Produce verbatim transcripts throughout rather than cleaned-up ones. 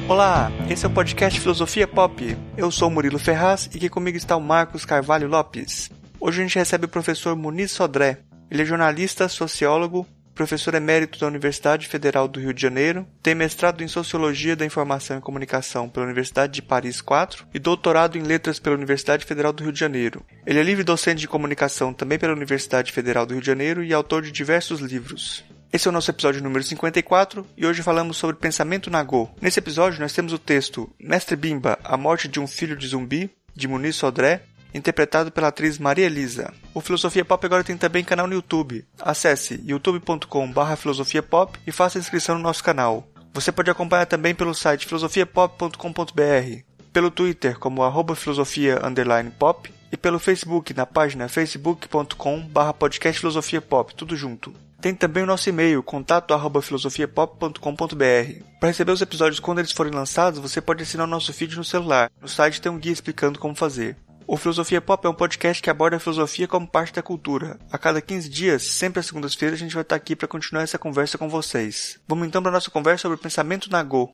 Olá, esse é o podcast Filosofia Pop. Eu sou o Murilo Ferraz e aqui comigo está o Marcos Carvalho Lopes. Hoje a gente recebe o professor Muniz Sodré. Ele é jornalista, sociólogo, professor emérito da Universidade Federal do Rio de Janeiro, tem mestrado em Sociologia da Informação e Comunicação pela Universidade de Paris quatro e doutorado em Letras pela Universidade Federal do Rio de Janeiro. Ele é livre docente de comunicação também pela Universidade Federal do Rio de Janeiro e autor de diversos livros. Esse é o nosso episódio número cinquenta e quatro e hoje falamos sobre pensamento Nagô. Nesse episódio nós temos o texto Mestre Bimba, A Morte de um Filho de Zumbi, de Muniz Sodré, interpretado pela atriz Maria Elisa. O Filosofia Pop agora tem também canal no YouTube. Acesse youtube ponto com barra filosofia pop e faça inscrição no nosso canal. Você pode acompanhar também pelo site filosofia pop ponto com ponto b r, pelo Twitter como arroba filosofia underline pop e pelo Facebook na página facebook ponto com barra podcast filosofia pop, tudo junto. Tem também o nosso e-mail, contato arroba filosofia pop ponto com ponto b r. Para receber os episódios quando eles forem lançados, você pode assinar o nosso feed no celular. No site tem um guia explicando como fazer. O Filosofia Pop é um podcast que aborda a filosofia como parte da cultura. A cada quinze dias, sempre às segundas-feiras, a gente vai estar aqui para continuar essa conversa com vocês. Vamos então para a nossa conversa sobre o pensamento Nagô.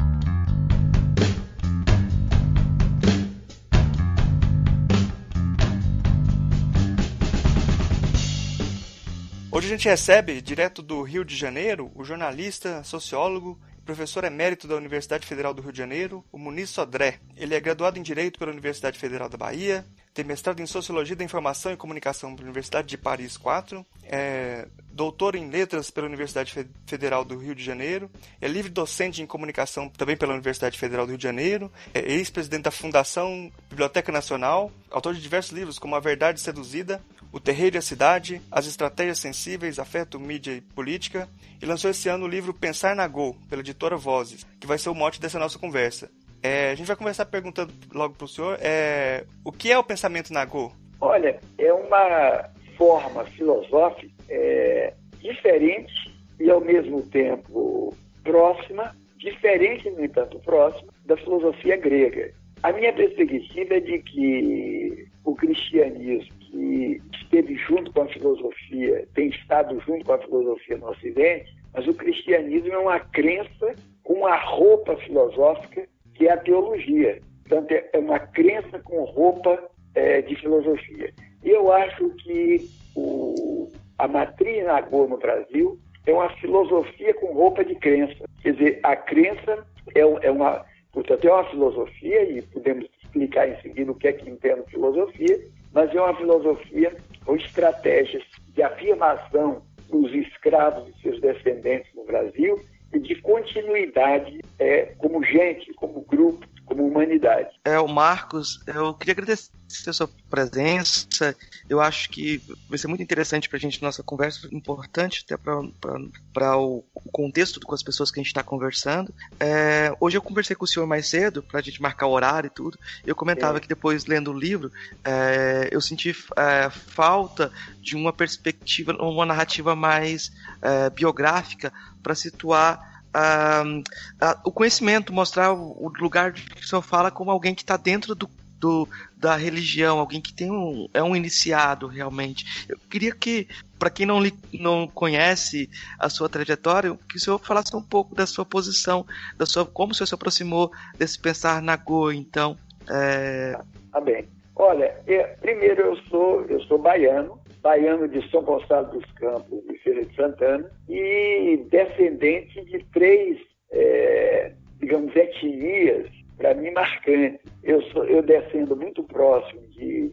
Hoje a gente recebe, direto do Rio de Janeiro, o jornalista, sociólogo, professor emérito da Universidade Federal do Rio de Janeiro, o Muniz Sodré. Ele é graduado em Direito pela Universidade Federal da Bahia, tem mestrado em Sociologia da Informação e Comunicação pela Universidade de Paris quatro, é doutor em Letras pela Universidade Federal do Rio de Janeiro, é livre docente em Comunicação também pela Universidade Federal do Rio de Janeiro, é ex-presidente da Fundação Biblioteca Nacional, autor de diversos livros como A Verdade Seduzida, O Terreiro e a Cidade, As Estratégias Sensíveis, Afeto, Mídia e Política, e lançou esse ano o livro Pensar Nagô, pela editora Vozes, que vai ser o mote dessa nossa conversa. É, a gente vai começar perguntando logo para o senhor, é, o que é o pensamento Nagô? Olha, é uma forma filosófica é, diferente e ao mesmo tempo próxima, diferente, no entanto, próxima, da filosofia grega. A minha perspectiva é de que o cristianismo, que esteve junto com a filosofia, tem estado junto com a filosofia no Ocidente, mas o cristianismo é uma crença com uma roupa filosófica que é a teologia. Portanto, é uma crença com roupa é, de filosofia. E eu acho que o, a matriz Nagô no Brasil é uma filosofia com roupa de crença. Quer dizer, a crença é, é uma... Portanto, é uma filosofia, e podemos explicar em seguida o que é que entendo filosofia, mas é uma filosofia com estratégias de afirmação dos escravos e seus descendentes no Brasil e de continuidade é, como gente, como grupo, como humanidade. É, o Marcos, eu queria agradecer a sua presença. Eu acho que vai ser muito interessante para a gente, nossa conversa, importante até para o contexto com as pessoas que a gente está conversando. É, hoje eu conversei com o senhor mais cedo, para a gente marcar o horário e tudo. Eu comentava é. que depois, lendo o livro, é, eu senti é, falta de uma perspectiva, uma narrativa mais é, biográfica para situar Uh, uh, o conhecimento, mostrar o, o lugar que o senhor fala como alguém que está dentro do, do, da religião, alguém que tem um, é um iniciado realmente. Eu queria que, para quem não, li, não conhece a sua trajetória, que o senhor falasse um pouco da sua posição, da sua, como o senhor se aproximou desse pensar Nagô, então. É... Ah, bem. Olha, eu, primeiro eu sou, eu sou baiano, baiano de São Gonçalo dos Campos e Feira de Santana, e descendente de três, é, digamos, etnias, para mim, marcantes. Eu, sou, eu descendo muito próximo de,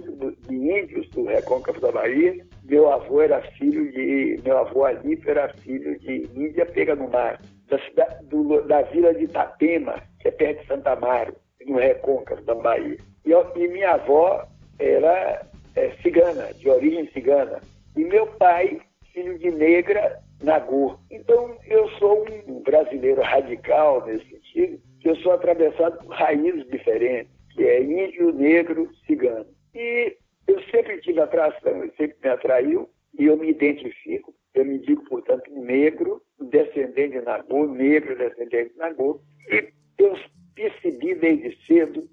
de índios do Recôncavo da Bahia. Meu avô era filho de... Meu avô Alípio era filho de Índia Pega no Mar, da, cidade, do, da vila de Itapema, que é perto de Santa Amaro, no Recôncavo da Bahia. E, e minha avó era... É, cigana, de origem cigana. E meu pai, filho de negra, Nagô. Então, eu sou um brasileiro radical nesse sentido, que eu sou atravessado por raízes diferentes, que é índio, negro, cigano. E eu sempre tive atração, ele sempre me atraiu, e eu me identifico. Eu me digo, portanto, negro, descendente de Nagô, negro, descendente de Nagô. E eu percebi desde cedo,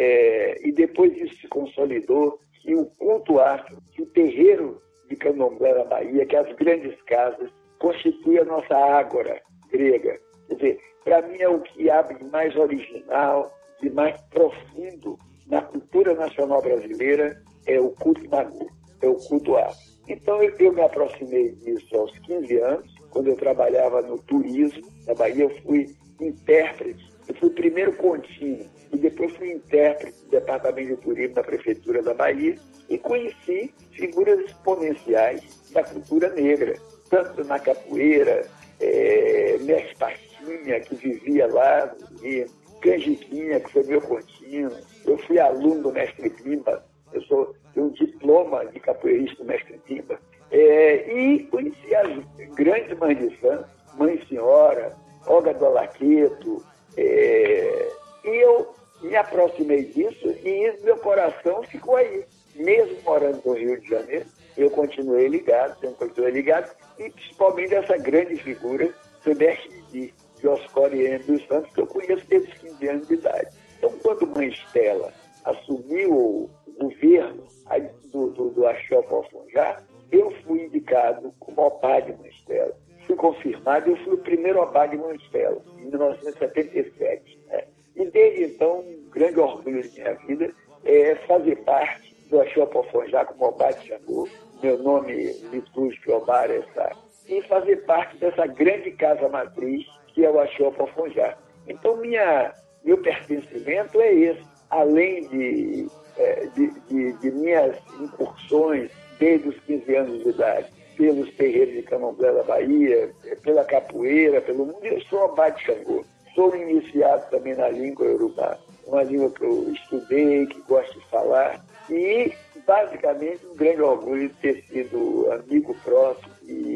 é, e depois isso se consolidou, que o culto afro, que o terreiro de Candomblé na Bahia, que as grandes casas, constitui a nossa ágora grega. Quer dizer, para mim é o que há de mais original, de mais profundo na cultura nacional brasileira, é o culto Nagô, é o culto afro. Então eu, eu me aproximei disso aos quinze anos, quando eu trabalhava no turismo na Bahia. Eu fui intérprete, eu fui primeiro contínuo e depois fui intérprete do Departamento de Turismo da Prefeitura da Bahia e conheci figuras exponenciais da cultura negra, tanto na capoeira, é, Mestre Pastinha, que vivia lá, e Canjiquinha, que foi meu contínuo. Eu fui aluno do Mestre Pimba, eu sou, tenho um diploma de capoeirista do Mestre Pimba. É, e conheci as grandes mães de santo, Mãe Senhora, Olga do Alaqueto, é, e eu me aproximei disso e meu coração ficou aí. Mesmo morando no Rio de Janeiro, eu continuei ligado, eu continuei ligado, e principalmente essa grande figura, o Mestre de Dioscório dos Santos, que eu conheço desde os quinze anos de idade. Então, quando Mãe Estela assumiu o governo do, do, do Axé Pofonjá, eu fui indicado como Obá de Mãe Estela. Fui confirmado, eu fui o primeiro Obá de Mãe Estela, em mil novecentos e setenta e sete. Né? E desde então, um grande orgulho de minha vida é fazer parte do Axé Pofonjá, como Obá de Xangô. Meu nome litúrgico Obá é Sá. E fazer parte dessa grande casa matriz que é o Axé Pofonjá. Então, minha, meu pertencimento é esse. Além de, de, de, de minhas incursões desde os quinze anos de idade, pelos terreiros de Candomblé da Bahia, pela capoeira, pelo mundo, eu sou Obá de Xangô. Sou iniciado também na língua iorubá, uma língua que eu estudei, que gosto de falar, e basicamente um grande orgulho de ter sido amigo próximo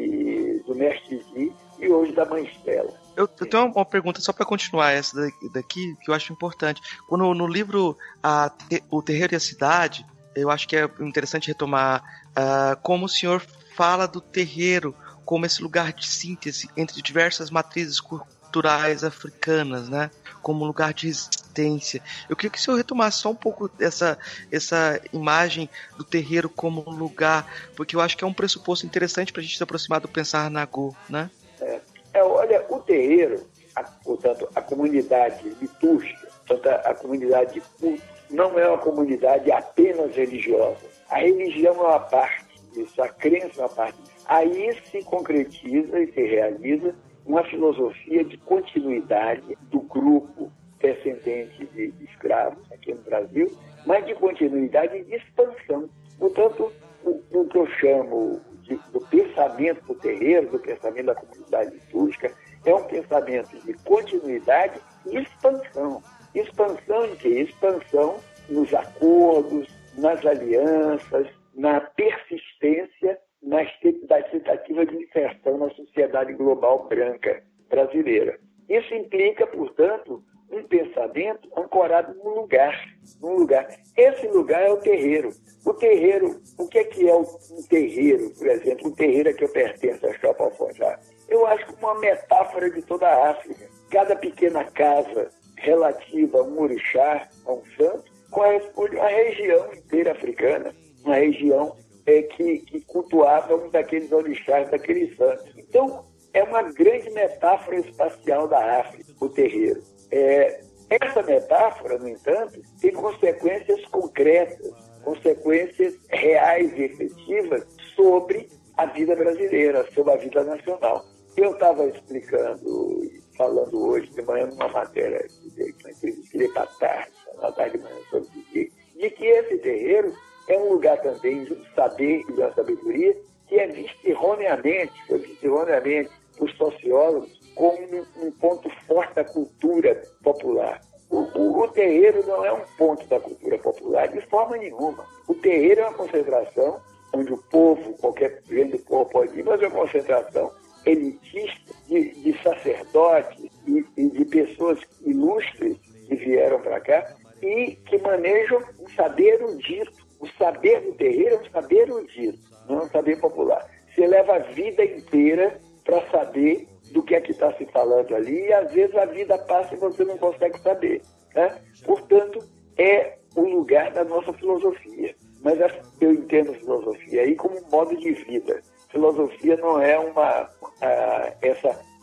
e do Mestre Di e hoje da Mãe Estela. Eu, eu tenho uma pergunta só para continuar essa daqui, que eu acho importante. Quando no livro a, O Terreiro e a Cidade, eu acho que é interessante retomar uh, como o senhor fala do terreiro como esse lugar de síntese entre diversas matrizes culturais africanas, né? Como lugar de resistência. Eu queria que o senhor retomasse só um pouco essa, essa imagem do terreiro como um lugar, porque eu acho que é um pressuposto interessante para a gente se aproximar do pensar Nagô, né? É, é, olha, o terreiro, a, portanto, a comunidade litúrgica, portanto, a, a comunidade de culto, não é uma comunidade apenas religiosa. A religião é uma parte disso, a crença é uma parte disso. Aí se concretiza e se realiza uma filosofia de continuidade do grupo descendente de, de escravos aqui no Brasil, mas de continuidade e de expansão. Portanto, o, o que eu chamo de, do pensamento do terreiro, do pensamento da comunidade litúrgica, é um pensamento de continuidade e expansão. Expansão de quê? Expansão nos acordos, nas alianças, na persistência nas tentativas de inserção na sociedade global branca brasileira. Isso implica, portanto, um pensamento ancorado num lugar, num lugar. Esse lugar é o terreiro. O terreiro, o que é que é um terreiro, por exemplo, um terreiro a que eu pertenço, a Axé Pofonjá? Eu acho que uma metáfora de toda a África. Cada pequena casa relativa a um orixá, a um santo, corresponde a uma região inteira africana, uma região é, que, que cultuava um daqueles orixás, daqueles santos. Então, é uma grande metáfora espacial da África, o terreiro. É, essa metáfora, no entanto, tem consequências concretas, consequências reais e efetivas sobre a vida brasileira, sobre a vida nacional. Eu estava explicando, falando hoje de manhã numa matéria, uma entrevista que dei para tarde, na tarde de manhã, sobre isso, de que esse terreiro é um lugar também de um saber e de uma sabedoria que é visto erroneamente, foi visto erroneamente por sociólogos como um, um ponto forte da cultura popular. O, o, o terreiro não é um ponto da cultura popular de forma nenhuma. O terreiro é uma concentração onde o povo, qualquer grande povo pode ir, mas é uma concentração elitista de, de sacerdotes e, e de pessoas ilustres que vieram para cá e que manejam um saber erudito. O saber do terreiro é um saber erudito, não é um saber popular. Você leva a vida inteira para saber do que é que está se falando ali e às vezes a vida passa e você não consegue saber. Né? Portanto, é o lugar da nossa filosofia. Mas eu entendo filosofia aí como um modo de vida. Filosofia não é uma, uh, essa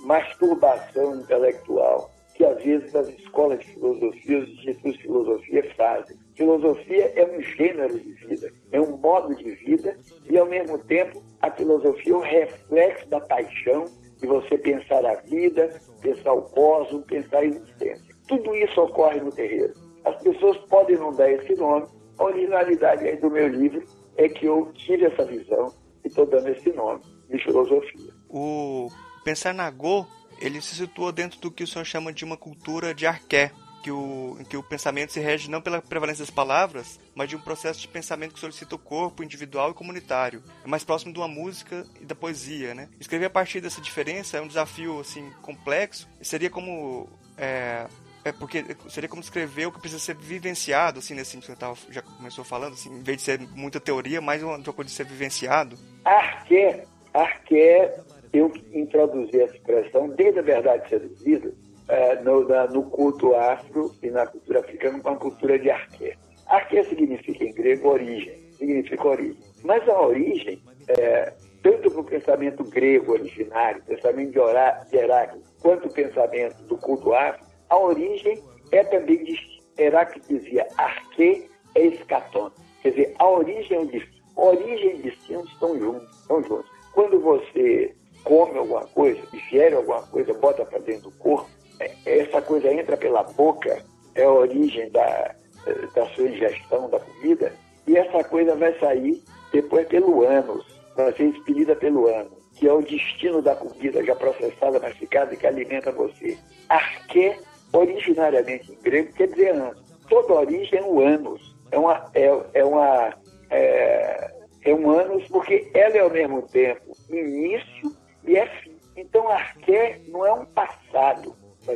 masturbação intelectual que, às vezes, as escolas de filosofia, os institutos de filosofia fazem. Filosofia é um gênero de vida, é um modo de vida e, ao mesmo tempo, a filosofia é um reflexo da paixão de você pensar a vida, pensar o cosmos, pensar a existência. Tudo isso ocorre no terreiro. As pessoas podem não dar esse nome. A originalidade aí do meu livro é que eu tive essa visão e estou dando esse nome de filosofia. O Pensar Nagô, ele se situa dentro do que o senhor chama de uma cultura de arqué, que o, em que o pensamento se rege não pela prevalência das palavras, mas de um processo de pensamento que solicita o corpo individual e comunitário. É mais próximo de uma música e da poesia, né? Escrever a partir dessa diferença é um desafio, assim, complexo. Seria como... É, é porque seria como escrever o que precisa ser vivenciado, assim, nesse sentido que você já começou falando, assim, em vez de ser muita teoria, mais uma coisa de ser vivenciado. Arqué, arqué, eu introduzi essa expressão desde a verdade seduzida, é, no, na, no culto afro e na cultura africana, com a cultura de arqué. Arqué significa em grego origem, significa origem. Mas a origem, é, tanto para o pensamento grego originário, pensamento de, Horá, de Heráclito, quanto o pensamento do culto afro, a origem é também distinta. Heráclito dizia arqué é escatón. Quer dizer, a origem é o destino. Origem e destino estão juntos, estão juntos. Quando você come alguma coisa, ingere alguma coisa, bota para dentro do corpo, essa coisa entra pela boca, é a origem da, da sua ingestão da comida, e essa coisa vai sair depois pelo ânus, vai ser expelida pelo ânus, que é o destino da comida já processada, masticada e que alimenta você. Arqué, originariamente em grego, quer dizer ânus. Toda origem é um ânus, é, uma, é, é, uma, é, é um ânus porque ela é ao mesmo tempo início e é fim. Então, arqué não é um passado,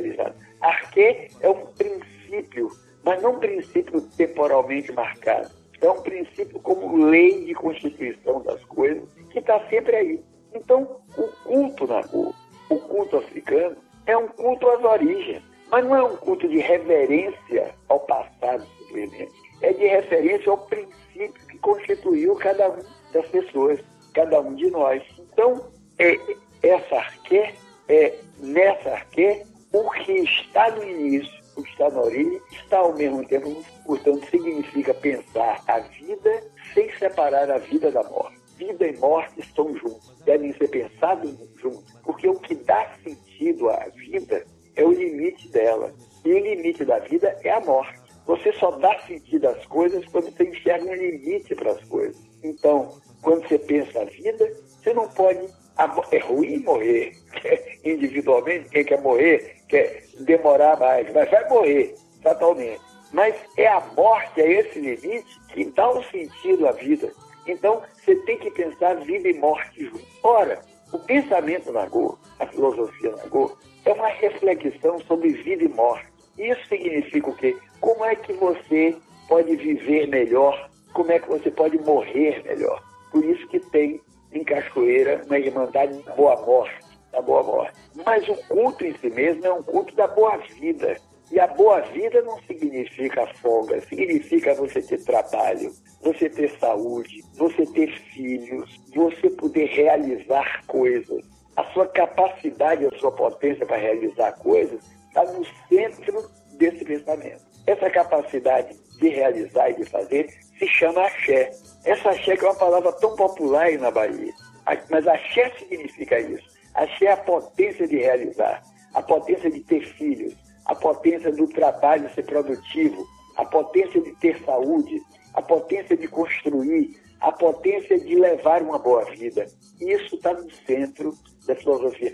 arqué é um princípio, mas não um princípio temporalmente marcado. É um princípio como lei de constituição das coisas, que está sempre aí. Então, o culto Nagô, o culto africano, é um culto às origens, mas não é um culto de reverência ao passado, simplesmente. É de referência ao princípio que constituiu cada um das pessoas, cada um de nós. Então, é, essa arqué, é, nessa arqué, o que está no início, o que está na origem, está ao mesmo tempo, portanto, significa pensar a vida sem separar a vida da morte. Vida e morte estão juntos, devem ser pensados juntos, porque o que dá sentido à vida é o limite dela. E o limite da vida é a morte. Você só dá sentido às coisas quando você enxerga um limite para as coisas. Então, quando você pensa a vida, você não pode... É ruim morrer. Individualmente, quem quer morrer quer demorar mais, mas vai morrer fatalmente. Mas é a morte, é esse limite que dá um sentido à vida. Então, você tem que pensar vida e morte juntos. Ora, o pensamento Nagô, a filosofia Nagô, é uma reflexão sobre vida e morte. Isso significa o quê? Como é que você pode viver melhor? Como é que você pode morrer melhor? Por isso que tem em Cachoeira uma irmandade da boa morte, da boa morte. Mas o culto em si mesmo é um culto da boa vida. E a boa vida não significa folga, significa você ter trabalho, você ter saúde, você ter filhos, você poder realizar coisas. A sua capacidade, a sua potência para realizar coisas está no centro desse pensamento. Essa capacidade de realizar e de fazer se chama axé. Essa axé que é uma palavra tão popular aí na Bahia. Mas axé significa isso. Axé é a potência de realizar, a potência de ter filhos, a potência do trabalho ser produtivo, a potência de ter saúde, a potência de construir, a potência de levar uma boa vida. Isso está no centro da filosofia.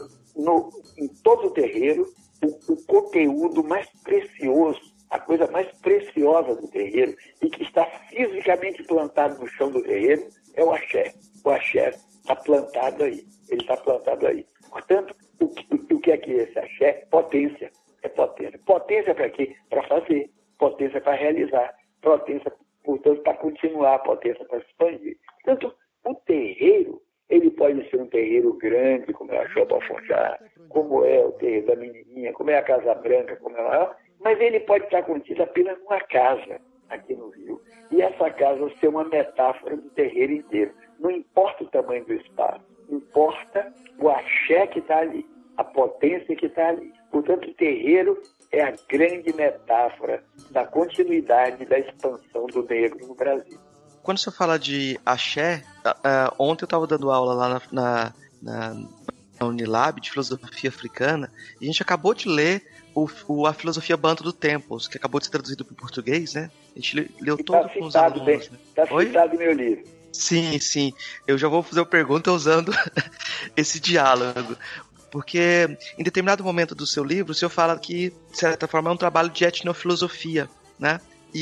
No, em todo o terreiro, o, o conteúdo mais precioso, a coisa mais preciosa do terreiro e que está fisicamente plantado no chão do terreiro é o axé. O axé está plantado aí. Ele está plantado aí. Portanto, o que, o que é que é esse axé? Potência. É potência. Potência para quê? Para fazer. Potência para realizar. Potência, portanto, para continuar. Potência para expandir. Portanto, o terreiro, ele pode ser um terreiro grande, como é a Chapa Fonjá, como é o terreiro da Menininha, como é a Casa Branca, como é a maior, mas ele pode estar contido apenas numa casa aqui no Rio. E essa casa ser uma metáfora do terreiro inteiro. Não importa o tamanho do espaço, importa o axé que está ali. a potência que está ali. Portanto, o terreiro é a grande metáfora da continuidade da expansão do negro no Brasil. Quando você fala de axé, uh, ontem eu estava dando aula lá na, na, na, na Unilab de filosofia africana, e a gente acabou de ler o, o, a filosofia Banto do Tempos, que acabou de ser traduzido para o português, né? A gente leu e todo tá com os alunos. Está né? citado no meu livro. Sim, sim. Eu já vou fazer uma pergunta usando esse diálogo. Porque em determinado momento do seu livro, o senhor fala que, de certa forma, é um trabalho de etnofilosofia, né?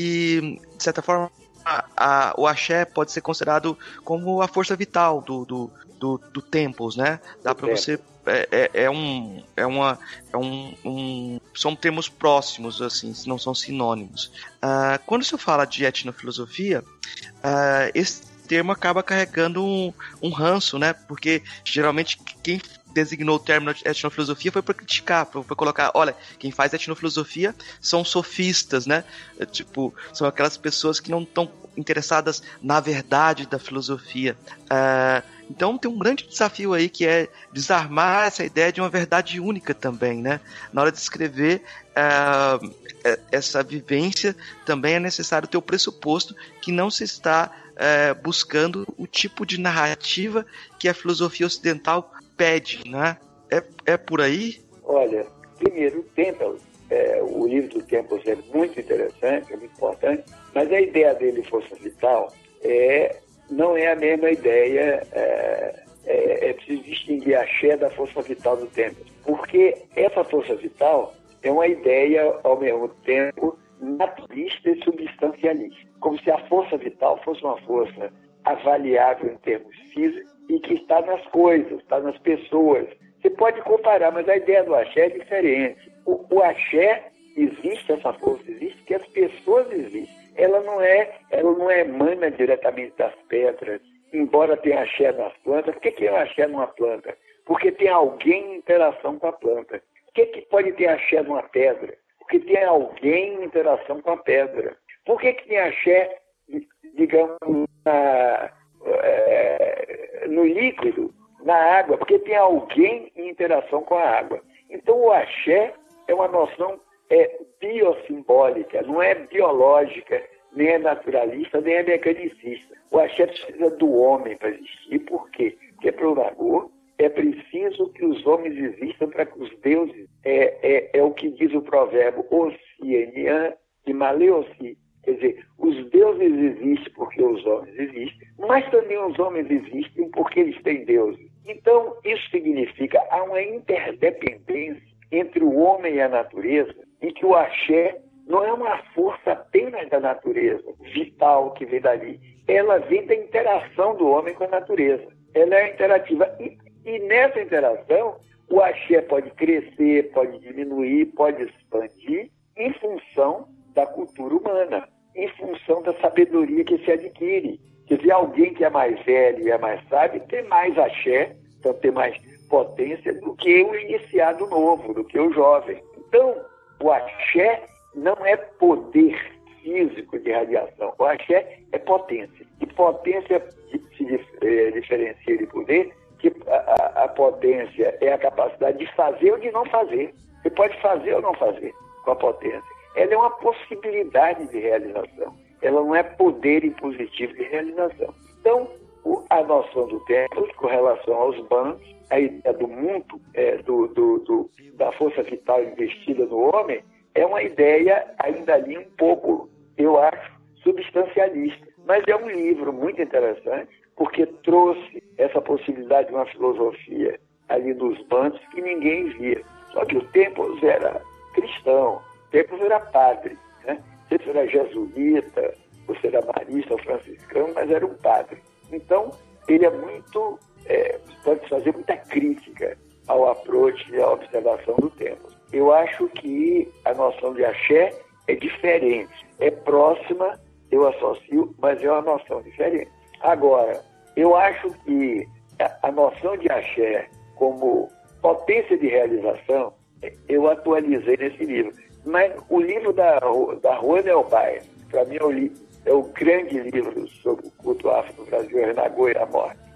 E, de certa forma, a, a, o axé pode ser considerado como a força vital do, do, do, do tempos, né? Dá para você... É, é, é um... É uma, é um, um são termos próximos, assim, não são sinônimos. Uh, quando o senhor fala de etnofilosofia, uh, esse termo acaba carregando um, um ranço, né? Porque, geralmente, quem designou o termo de etnofilosofia foi para criticar, para colocar, olha, quem faz etnofilosofia são sofistas, né? Tipo, são aquelas pessoas que não estão interessadas na verdade da filosofia. Uh, então tem um grande desafio aí, que é desarmar essa ideia de uma verdade única também, né? Na hora de escrever uh, essa vivência, também é necessário ter o pressuposto que não se está uh, buscando o tipo de narrativa que a filosofia ocidental pede, né? É, é por aí? Olha, primeiro, o Tempos, é, o livro do Tempos é muito interessante, é muito importante, mas a ideia dele, força vital, é, não é a mesma ideia, é, é, é preciso distinguir a axé da força vital do Tempos, porque essa força vital é uma ideia, ao mesmo tempo, naturalista e substancialista, como se a força vital fosse uma força avaliável em termos físicos, e que está nas coisas, está nas pessoas. Você pode comparar, mas a ideia do axé é diferente. O, o axé, existe essa força, existe porque as pessoas existem. Ela não é, ela não emana diretamente das pedras, embora tenha axé nas plantas. Por que que é um axé numa planta? Porque tem alguém em interação com a planta. Por que que pode ter axé numa pedra? Porque tem alguém em interação com a pedra. Por que que tem axé, digamos, na... É, no líquido, na água, porque tem alguém em interação com a água. Então o axé é uma noção é, biosimbólica, não é biológica, nem é naturalista, nem é mecanicista. O axé precisa do homem para existir. Por quê? Porque para o Nagô é preciso que os homens existam para que os deuses, é, é, é o que diz o provérbio Ossianian e Maleossi. Quer dizer, os deuses existem porque os homens existem, mas também os homens existem porque eles têm deuses. Então, isso significa há uma interdependência entre o homem e a natureza, e que o axé não é uma força apenas da natureza, vital, que vem dali. Ela vem da interação do homem com a natureza. Ela é interativa. E, e nessa interação, o axé pode crescer, pode diminuir, pode expandir em função da cultura humana, em função da sabedoria que se adquire. Quer dizer, alguém que é mais velho e é mais sábio tem mais axé, então tem mais potência do que o iniciado novo, do que o jovem. Então, o axé não é poder físico de radiação, o axé é potência. E potência se diferencia de poder, que a, a potência é a capacidade de fazer ou de não fazer. Você pode fazer ou não fazer com a potência. Ela é uma possibilidade de realização. Ela não é poder impositivo de realização. Então, o, a noção do tempo, com relação aos bandos, a ideia do mundo, é, do, do, do, da força vital investida no homem, é uma ideia ainda ali um pouco, eu acho, substancialista. Mas é um livro muito interessante, porque trouxe essa possibilidade de uma filosofia ali nos bandos que ninguém via. Só que o Tempos era cristão, Tempos era padre, né? Você era jesuíta, você era marista ou franciscano, mas era um padre. Então, ele é muito, é, pode fazer muita crítica ao approach e à observação do Tempos. Eu acho que a noção de axé é diferente, é próxima, eu associo, mas é uma noção diferente. Agora, eu acho que a, a noção de axé como potência de realização, eu atualizei nesse livro. Mas o livro da, da Juana Elbaia, para mim é o, é o grande livro sobre o culto afro no Brasil, é Nagô e a Morte.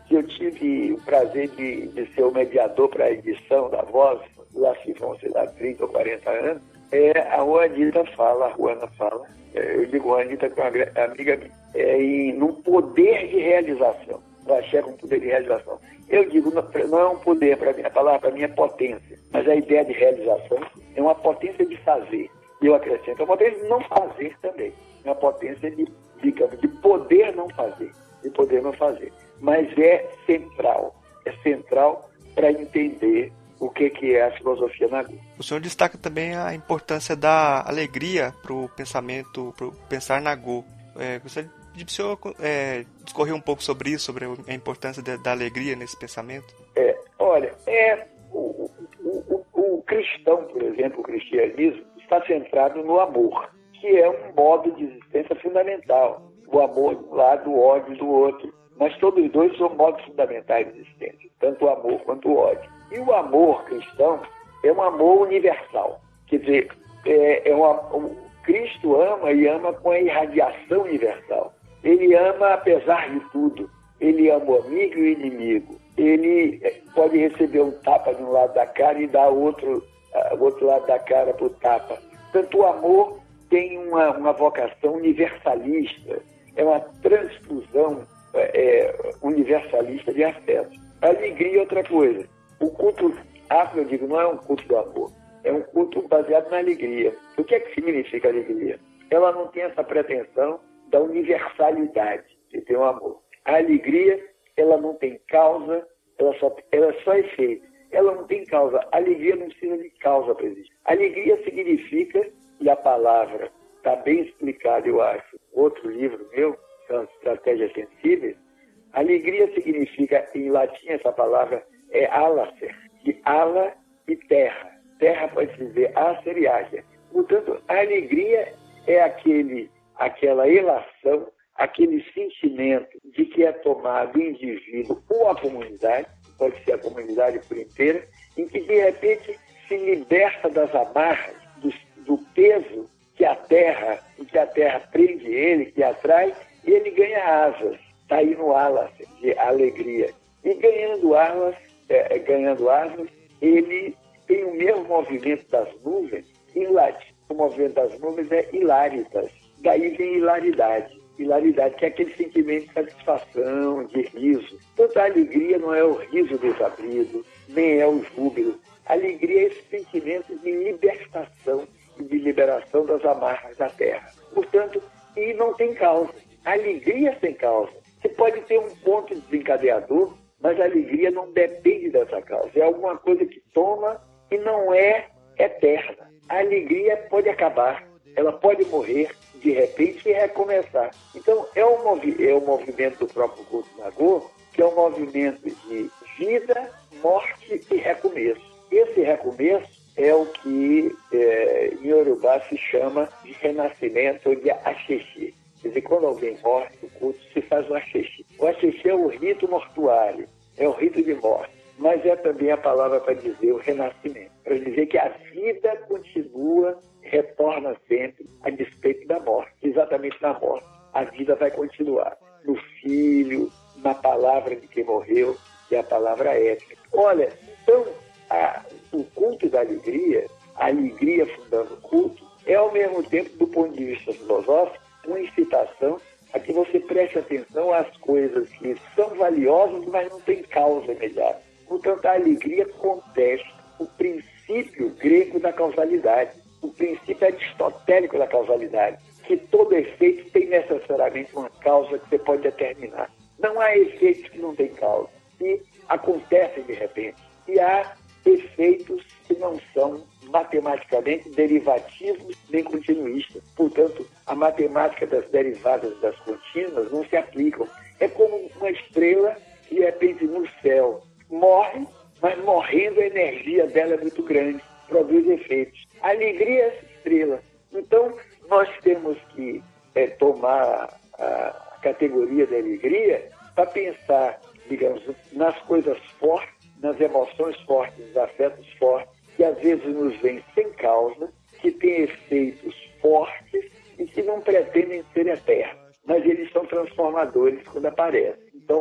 que eu tive o prazer de, de ser o mediador para a edição da Voz, lá se vão, sei lá, trinta ou quarenta anos, é, a Juanita fala, a Juana fala, é, eu digo Juanita que é uma amiga minha, é, em, num poder de realização. Eu achei com poder de realização. Eu digo, não, não é um poder para mim, a palavra para mim é potência, mas a ideia de realização é uma potência de fazer. E eu acrescento, a potência de não fazer também. É uma potência de, digamos, de poder não fazer, de poder não fazer. Mas é central, é central para entender o que, que é a filosofia Nagô. O senhor destaca também a importância da alegria para o pensamento, para o pensar Nagô. É, gostaria de o senhor é, discorrer um pouco sobre isso, sobre a importância da, da alegria nesse pensamento? É, olha, é, o, o, o, o cristão, por exemplo, o cristianismo, está centrado no amor, que é um modo de existência fundamental. O amor de um lado, o ódio do outro. Mas todos os dois são modos fundamentais de existência, tanto o amor quanto o ódio. E o amor cristão é um amor universal. Quer dizer, é, é uma, um, Cristo ama e ama com a irradiação universal. Ele ama apesar de tudo. Ele ama o amigo e o inimigo. Ele pode receber um tapa de um lado da cara e dar outro, uh, outro lado da cara para o tapa. Portanto, o amor tem uma, uma vocação universalista. É uma transfusão é, universalista de afeto. A alegria é outra coisa. O culto afro, eu digo, não é um culto do amor. É um culto baseado na alegria. O que é que significa alegria? Ela não tem essa pretensão da universalidade que tem o amor. A alegria, ela não tem causa, ela só, ela é só efeito. Ela não tem causa. A alegria não precisa de causa para existir. Alegria significa, e a palavra está bem explicada, eu acho, outro livro meu, são as Estratégias Sensíveis. Alegria significa, em latim, essa palavra é alacer, de ala e terra. Terra pode dizer acer e ágia. Portanto, a alegria é aquele, aquela elação, aquele sentimento de que é tomado o indivíduo ou a comunidade, pode ser a comunidade por inteira, em que, de repente, se liberta das amarras, do, do peso que a terra, que a terra prende ele, que atrai, e ele ganha asas. Está aí no alas de alegria. E ganhando asas, é, ganhando asas, ele tem o mesmo movimento das nuvens, em latim. O movimento das nuvens é hilaritas. Daí vem hilaridade. Hilaridade, que é aquele sentimento de satisfação, de riso. Portanto, a alegria não é o riso desabrido, nem é o júbilo. A alegria é esse sentimento de libertação e de liberação das amarras da terra. Portanto, e não tem causa. A alegria sem causa. Você pode ter um ponto desencadeador, mas a alegria não depende dessa causa. É alguma coisa que toma e não é eterna. A alegria pode acabar, ela pode morrer de repente e recomeçar. Então, é um, movi- é um movimento do próprio culto Nagô, que é um movimento de vida, morte e recomeço. Esse recomeço é o que é, em Yorubá se chama de renascimento ou de axexi. Quer dizer, quando alguém morre no culto, se faz um axexi. O axexi é o rito mortuário, é o rito de morte, mas é também a palavra para dizer o renascimento, para dizer que a vida continua, retorna sempre a despeito da morte. Exatamente na morte, a vida vai continuar. No filho, na palavra de quem morreu, que é a palavra ética. Olha, então, a, o culto da alegria, a alegria fundando o culto, é ao mesmo tempo, do ponto de vista filosófico, uma incitação a que você preste atenção às coisas que são valiosas, mas não têm causa imediata. Portanto, a alegria contesta o princípio grego da causalidade, o princípio aristotélico da causalidade, que todo efeito tem necessariamente uma causa que você pode determinar. Não há efeitos que não têm causa, e acontecem de repente. E há efeitos que não são matematicamente derivativos nem continuistas. Portanto, a matemática das derivadas das contínuas não se aplicam. É como uma estrela que, de repente, no céu morre, mas morrendo a energia dela é muito grande, produz efeitos. A alegria é essa estrela. Então, nós temos que é, tomar a, a categoria da alegria para pensar, digamos, nas coisas fortes, nas emoções fortes, nos afetos fortes, que às vezes nos vêm sem causa, que têm efeitos fortes e que não pretendem ser eternos, mas eles são transformadores quando aparecem. Então,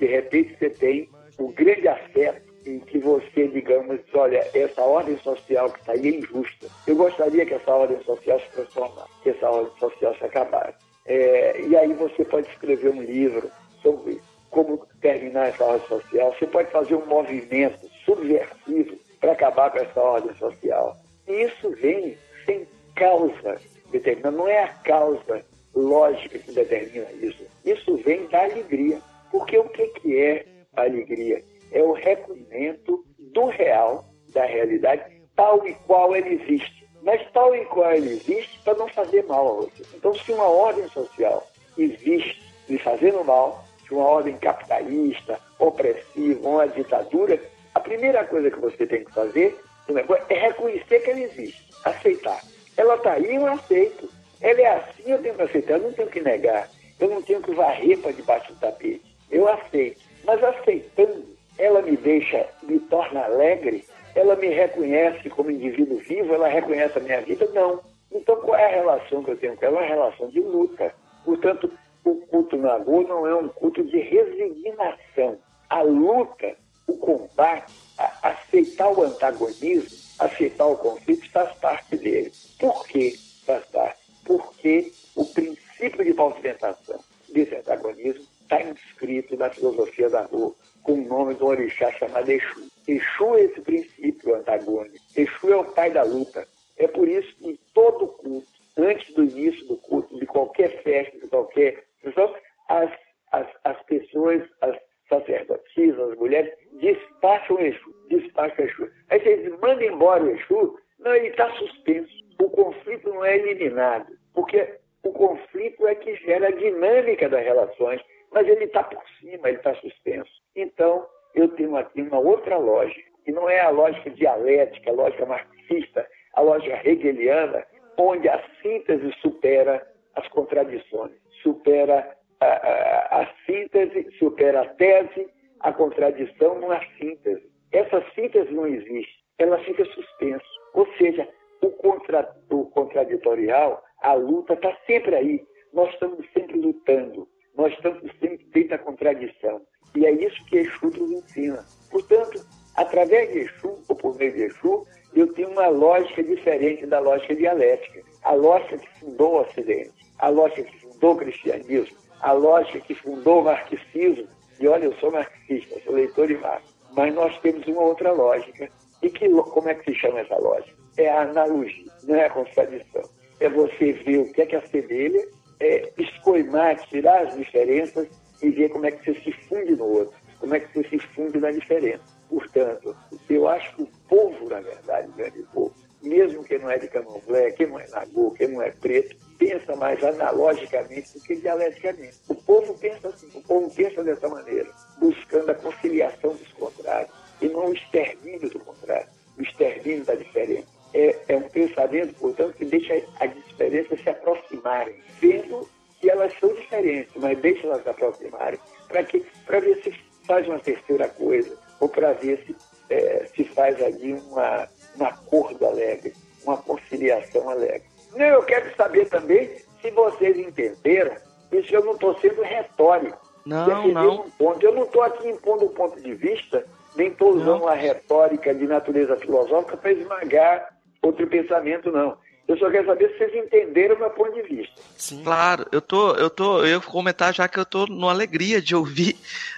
De repente você tem um grande afeto em que você, digamos, olha, essa ordem social que está aí é injusta. Eu gostaria que essa ordem social se transformasse, que essa ordem social se acabasse. É, e aí você pode escrever um livro sobre como terminar essa ordem social. Você pode fazer um movimento subversivo para acabar com essa ordem social. E isso vem sem causa determinada. Não é a causa lógica que determina isso. Isso vem da alegria. Porque o que, que é a alegria? É o reconhecimento do real, da realidade, tal e qual ele existe. Mas tal e qual ele existe para não fazer mal a você. Então, se uma ordem social existe lhe fazendo mal, se uma ordem capitalista, opressiva, uma ditadura, a primeira coisa que você tem que fazer é reconhecer que ela existe, aceitar. Ela está aí, eu aceito. Ela é assim, eu tenho que aceitar, eu não tenho que negar. Eu não tenho que varrer para debaixo do tapete. Eu aceito. Mas aceitando, ela me deixa, me torna alegre, ela me reconhece como indivíduo vivo, ela reconhece a minha vida? Não. Então, qual é a relação que eu tenho com ela? É uma relação de luta. Portanto, o culto Nagô não é um culto de resignação. A luta, o combate, a aceitar o antagonismo, aceitar o conflito, faz parte dele. Por que faz parte? Porque o princípio de movimentação desse antagonismo está inscrito na filosofia da Nagô, com o nome de um orixá chamado Exu. Exu é esse princípio antagônico. Exu é o pai da luta. É por isso que em todo culto, antes do início do culto, de qualquer festa, de qualquer... As, as, as pessoas, as sacerdotisas, as mulheres, despacham o Exu, despacham o Exu. Aí vocês mandam embora o Exu, não, ele está suspenso. O conflito não é eliminado, porque o conflito é que gera a dinâmica das relações, mas ele está por cima, ele está suspenso. Então, eu tenho aqui uma outra lógica, que não é a lógica dialética, a lógica marxista, a lógica hegeliana, onde a síntese supera as contradições, supera a, a, a síntese, supera a tese, a contradição não há síntese. Essa síntese não existe, ela fica suspensa. Ou seja, o, contra, o contraditorial, a luta está sempre aí. Nós estamos sempre lutando, nós estamos sempre dentro da contradição. E é isso que Exu nos ensina. Portanto, através de Exu, ou por meio de Exu, eu tenho uma lógica diferente da lógica dialética. A lógica que fundou o Ocidente, a lógica que fundou o cristianismo, a lógica que fundou o marxismo. E olha, eu sou marxista, sou leitor de Marx. Mas nós temos uma outra lógica. E que, como é que se chama essa lógica? É a analogia, não é a contradição. É você ver o que é que assemelha, é escoimar, tirar as diferenças e ver como é que você se funde no outro, como é que você se funde na diferença. Portanto, eu acho que o povo, na verdade, o grande povo, mesmo que não é de candomblé, que não é nagô, que não é preto, pensa mais analogicamente do que dialeticamente. O povo pensa assim, o povo pensa dessa maneira, buscando a conciliação dos contrários e não o extermínio do contrário, o extermínio da diferença. É, é um pensamento, portanto, que deixa as diferenças se aproximarem, vendo que elas são diferentes, mas deixa elas se aproximarem para que, para ver se faz uma terceira coisa, ou para ver se, é, se faz ali uma, um acordo alegre, uma conciliação alegre. Não, eu quero saber também se vocês entenderam, isso eu não estou sendo retórico. Não, não. Um ponto. Eu não estou aqui impondo um ponto de vista, nem estou usando não. uma retórica de natureza filosófica para esmagar outro pensamento, não. Eu só quero saber se vocês entenderam o meu ponto de vista. Sim. Claro, eu tô, eu tô, eu vou comentar já que eu tô numa alegria de ouvir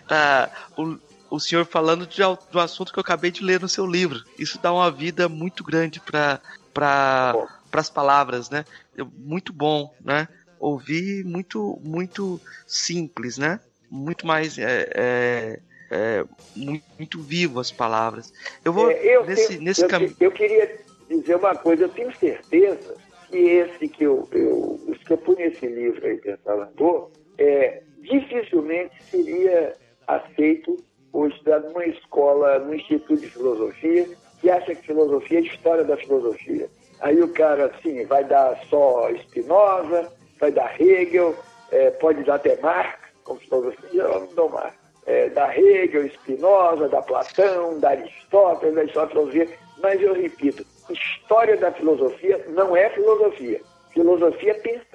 uh, o, o senhor falando de, do assunto que eu acabei de ler no seu livro. Isso dá uma vida muito grande para para as palavras, né? Muito bom, né? Ouvir muito, muito simples, né? Muito mais é, é, é, muito, muito vivo as palavras. Eu vou é, eu nesse, tenho, nesse eu, caminho. Eu queria dizer uma coisa, eu tenho certeza que esse que eu, eu, os que eu pus nesse livro aí, Pensamento, é, dificilmente seria aceito ou estudado numa escola, num instituto de filosofia, que acha que filosofia é história da filosofia. Aí o cara, assim, vai dar só Spinoza, vai dar Hegel, é, pode dar até Marx, como filosofia, eu não dou Marx. É, da Hegel, Spinoza, da Platão, da Aristóteles, da história da filosofia. Mas eu repito, história da filosofia não é filosofia. Filosofia é pensar.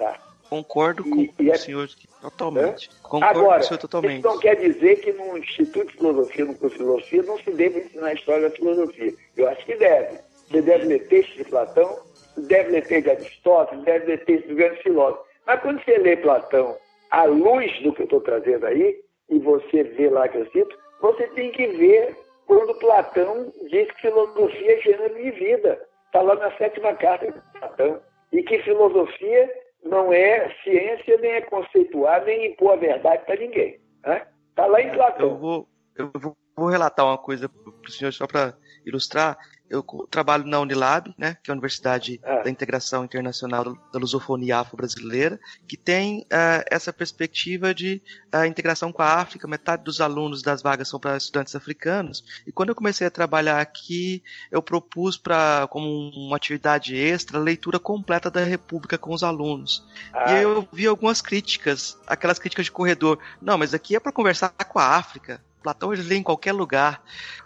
Concordo com e, e o é... senhor totalmente. É? Concordo Agora, com o senhor totalmente. Isso não quer dizer que no Instituto de Filosofia, no curso de Filosofia, não se deve ensinar a história da filosofia. Eu acho que deve. Você deve ler textos de Platão, deve ler textos de Aristóteles, deve ler textos de grandes filósofos. Mas quando você lê Platão à luz do que eu estou trazendo aí, e você vê lá que eu cito, você tem que ver quando Platão diz que filosofia é gênero de vida. Está lá na sétima carta de Platão. E que filosofia não é ciência, nem é conceituar, nem impor a verdade para ninguém. Está lá em Platão. Eu vou, eu vou, vou relatar uma coisa para o senhor, só para ilustrar. Eu trabalho na Unilab, né, que é a Universidade ah. da Integração Internacional da Lusofonia Afro-Brasileira, que tem uh, essa perspectiva de uh, integração com a África. Metade dos alunos das vagas são para estudantes africanos. E quando eu comecei a trabalhar aqui, eu propus para, como uma atividade extra, a leitura completa da República com os alunos. Ah. E aí eu vi algumas críticas, aquelas críticas de corredor. Não, mas aqui é para conversar com a África. Platão ele lê em qualquer lugar.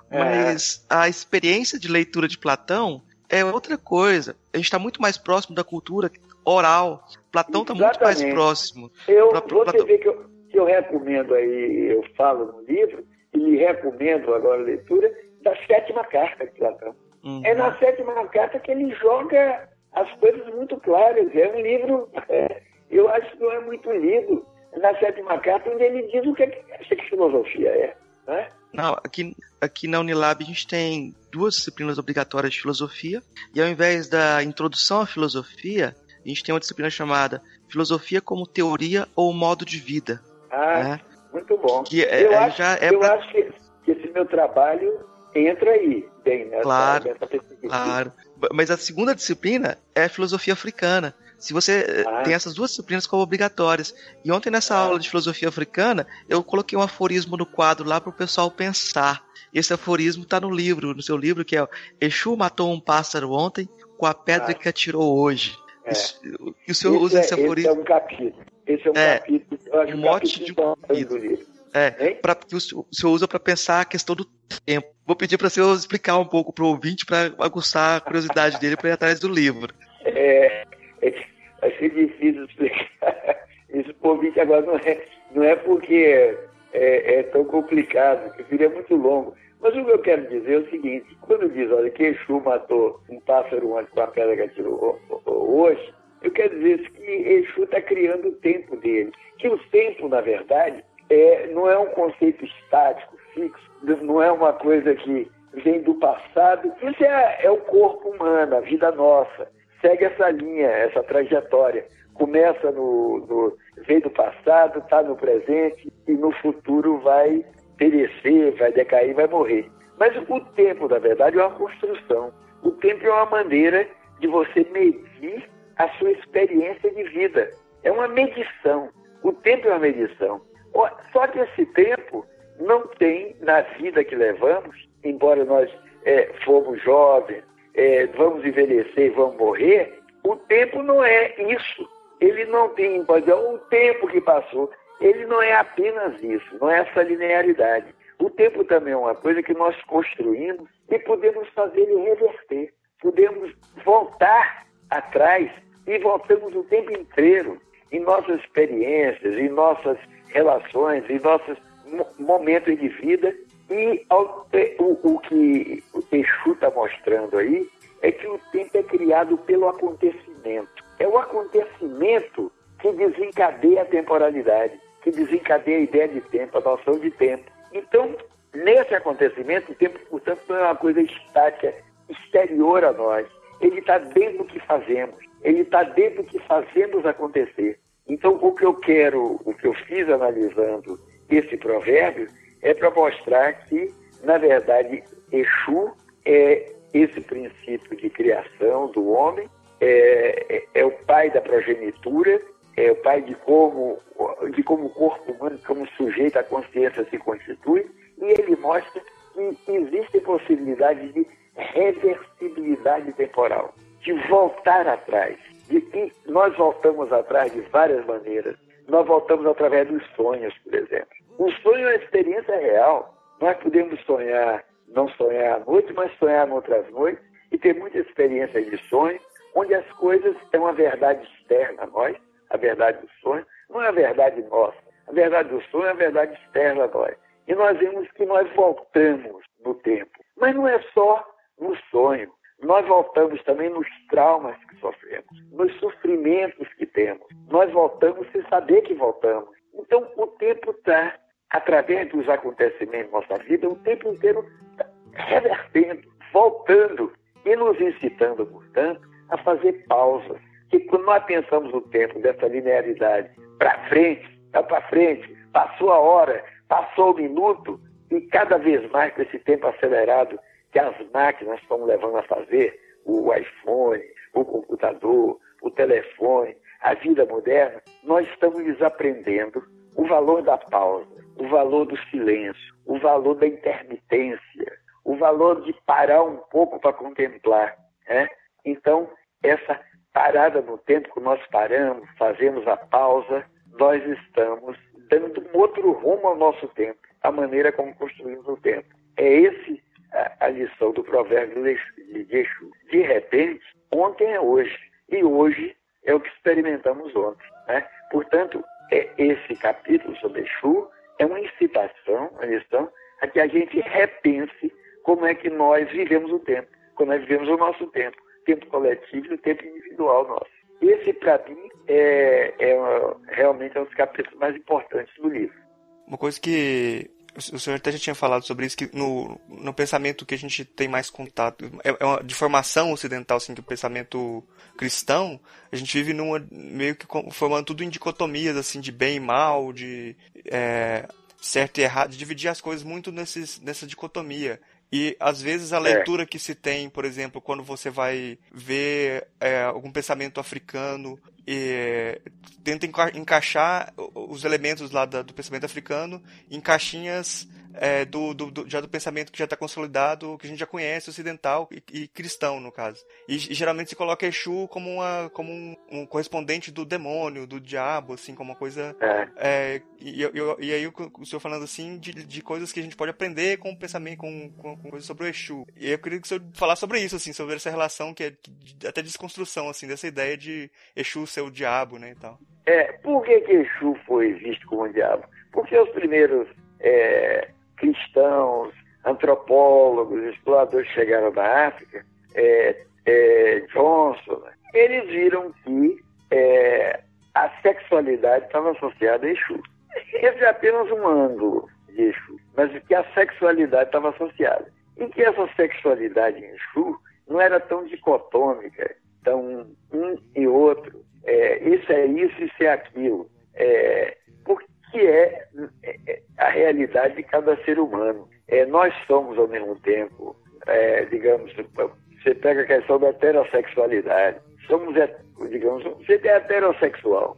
Mas é. a experiência de leitura de Platão é outra coisa. A gente está muito mais próximo da cultura oral. Platão está muito mais próximo. Eu, pra, pra, você Platão... vê que eu, que eu recomendo aí, eu falo no livro, e recomendo agora a leitura da sétima carta de Platão. Uhum. É na sétima carta que ele joga as coisas muito claras. É um livro, é, eu acho que não é muito lido. Na sétima carta, onde ele diz o que, é que, que filosofia é. Né? Não, aqui, aqui na Unilab a gente tem duas disciplinas obrigatórias de filosofia, e ao invés da introdução à filosofia, a gente tem uma disciplina chamada Filosofia como Teoria ou Modo de Vida. Ah, né? Muito bom. Que é, eu é, acho, já é eu pra... acho que, que esse meu trabalho entra aí, bem nessa, claro, nessa perspectiva. Claro. Mas a segunda disciplina é a Filosofia Africana. Se você ah. tem essas duas disciplinas como obrigatórias. E ontem nessa ah. aula de filosofia africana, eu coloquei um aforismo no quadro lá para o pessoal pensar. Esse aforismo está no livro, no seu livro, que é Exu matou um pássaro ontem com a pedra ah. que atirou hoje. É. Isso, e o senhor esse usa é, esse aforismo. Esse é um capítulo. Esse é um é, capítulo. Eu acho um um mote de um do livro. É, pra, que o senhor usa para pensar a questão do tempo. Vou pedir para o senhor explicar um pouco para o ouvinte, para aguçar a curiosidade dele para ir atrás do livro. É, é, vai ser difícil explicar isso para o ouvinte agora. Não é, não é porque é, é tão complicado, que seria muito longo. Mas o que eu quero dizer é o seguinte: quando diz, olha, que Exu matou um pássaro ontem com a pedra que atirou hoje, eu quero dizer que Exu está criando o tempo dele. Que o tempo, na verdade, é, não é um conceito estático, fixo, não é uma coisa que vem do passado. Isso é, é o corpo humano, a vida nossa. Segue essa linha, essa trajetória. Começa no, no vem do passado, está no presente e no futuro vai perecer, vai decair, vai morrer. Mas o tempo, na verdade, é uma construção. O tempo é uma maneira de você medir a sua experiência de vida. É uma medição. O tempo é uma medição. Só que esse tempo não tem na vida que levamos, embora nós é, fomos jovens, é, vamos envelhecer, vamos morrer, o tempo não é isso. Ele não tem, pode dizer, o tempo que passou, ele não é apenas isso, não é essa linearidade. O tempo também é uma coisa que nós construímos e podemos fazer ele reverter. Podemos voltar atrás e voltamos o tempo inteiro em nossas experiências, em nossas relações, em nossos momentos de vida. E ao, o, o que o Exu está mostrando aí é que o tempo é criado pelo acontecimento. É o acontecimento que desencadeia a temporalidade, que desencadeia a ideia de tempo, a noção de tempo. Então, nesse acontecimento, o tempo, portanto, não é uma coisa estática, exterior a nós. Ele está dentro do que fazemos. Ele está dentro do que fazemos acontecer. Então, o que eu quero, o que eu fiz analisando esse provérbio, é para mostrar que, na verdade, Exu é esse princípio de criação do homem, é, é, é o pai da progenitura, é o pai de como, de como o corpo humano, como sujeito à consciência se constitui, e ele mostra que existe possibilidade de reversibilidade temporal, de voltar atrás. De que nós voltamos atrás de várias maneiras. Nós voltamos através dos sonhos, por exemplo. O sonho é uma experiência real. Nós podemos sonhar, não sonhar à noite, mas sonhar em outras noites e ter muita experiência de sonho, onde as coisas têm uma verdade externa a nós, a verdade do sonho, não é a verdade nossa. A verdade do sonho é a verdade externa a nós. E nós vemos que nós voltamos no tempo. Mas não é só no sonho. Nós voltamos também nos traumas que sofremos, nos sofrimentos que temos. Nós voltamos sem saber que voltamos. Então, o tempo está, através dos acontecimentos da nossa vida, o tempo inteiro está revertendo, voltando e nos incitando, portanto, a fazer pausas. Que quando nós pensamos o tempo dessa linearidade para frente, está para frente, passou a hora, passou o minuto, e cada vez mais com esse tempo acelerado que as máquinas estão levando a fazer, o iPhone, o computador, o telefone, a vida moderna, nós estamos desaprendendo o valor da pausa, o valor do silêncio, o valor da intermitência, o valor de parar um pouco para contemplar. Né? Então, essa parada no tempo que nós paramos, fazemos a pausa, nós estamos dando um outro rumo ao nosso tempo, a maneira como construímos o tempo. É esse a, a lição do provérbio de Exu. De repente, ontem é hoje, e hoje é o que experimentamos ontem. Né? Portanto, é esse capítulo sobre Exu é uma incitação, uma lição, a que a gente repense como é que nós vivemos o tempo, como nós vivemos o nosso tempo, o tempo coletivo e o tempo individual nosso. Esse, para mim, é, é uma, realmente é um dos capítulos mais importantes do livro. Uma coisa que o senhor até já tinha falado sobre isso, que no, no pensamento que a gente tem mais contato, é, é uma, de formação ocidental, assim, que o pensamento cristão, a gente vive numa, meio que formando tudo em dicotomias, assim, de bem e mal, de é, certo e errado, de dividir as coisas muito nesses, nessa dicotomia. E, às vezes, a leitura é. que se tem, por exemplo, quando você vai ver é, algum pensamento africano e tenta enca- encaixar os elementos lá da, do pensamento africano em caixinhas é, do, do, do, já do pensamento que já está consolidado, que a gente já conhece, ocidental e, e cristão, no caso. E, e geralmente se coloca Exu como, uma, como um, um correspondente do demônio, do diabo, assim, como uma coisa... É. É, e, e, e aí o, o senhor falando assim de, de coisas que a gente pode aprender com o pensamento, com, com, com coisas sobre o Exu. E eu queria que o senhor falasse sobre isso, assim, sobre essa relação que é de, até desconstrução, assim, dessa ideia de Exu ser o diabo, né, e tal. É, por que que Exu foi visto como o diabo? Porque os primeiros é, cristãos, antropólogos, exploradores que chegaram da África, é, é, Johnson, eles viram que é, a sexualidade estava associada a Exu. Esse é apenas um ângulo de Exu, mas que a sexualidade estava associada. E que essa sexualidade em Exu não era tão dicotômica, tão um e outro. É, isso é isso, isso é aquilo. É, porque é, é a realidade de cada ser humano. É, nós somos, ao mesmo tempo, é, digamos, você pega a questão da heterossexualidade. Somos, digamos, você é heterossexual.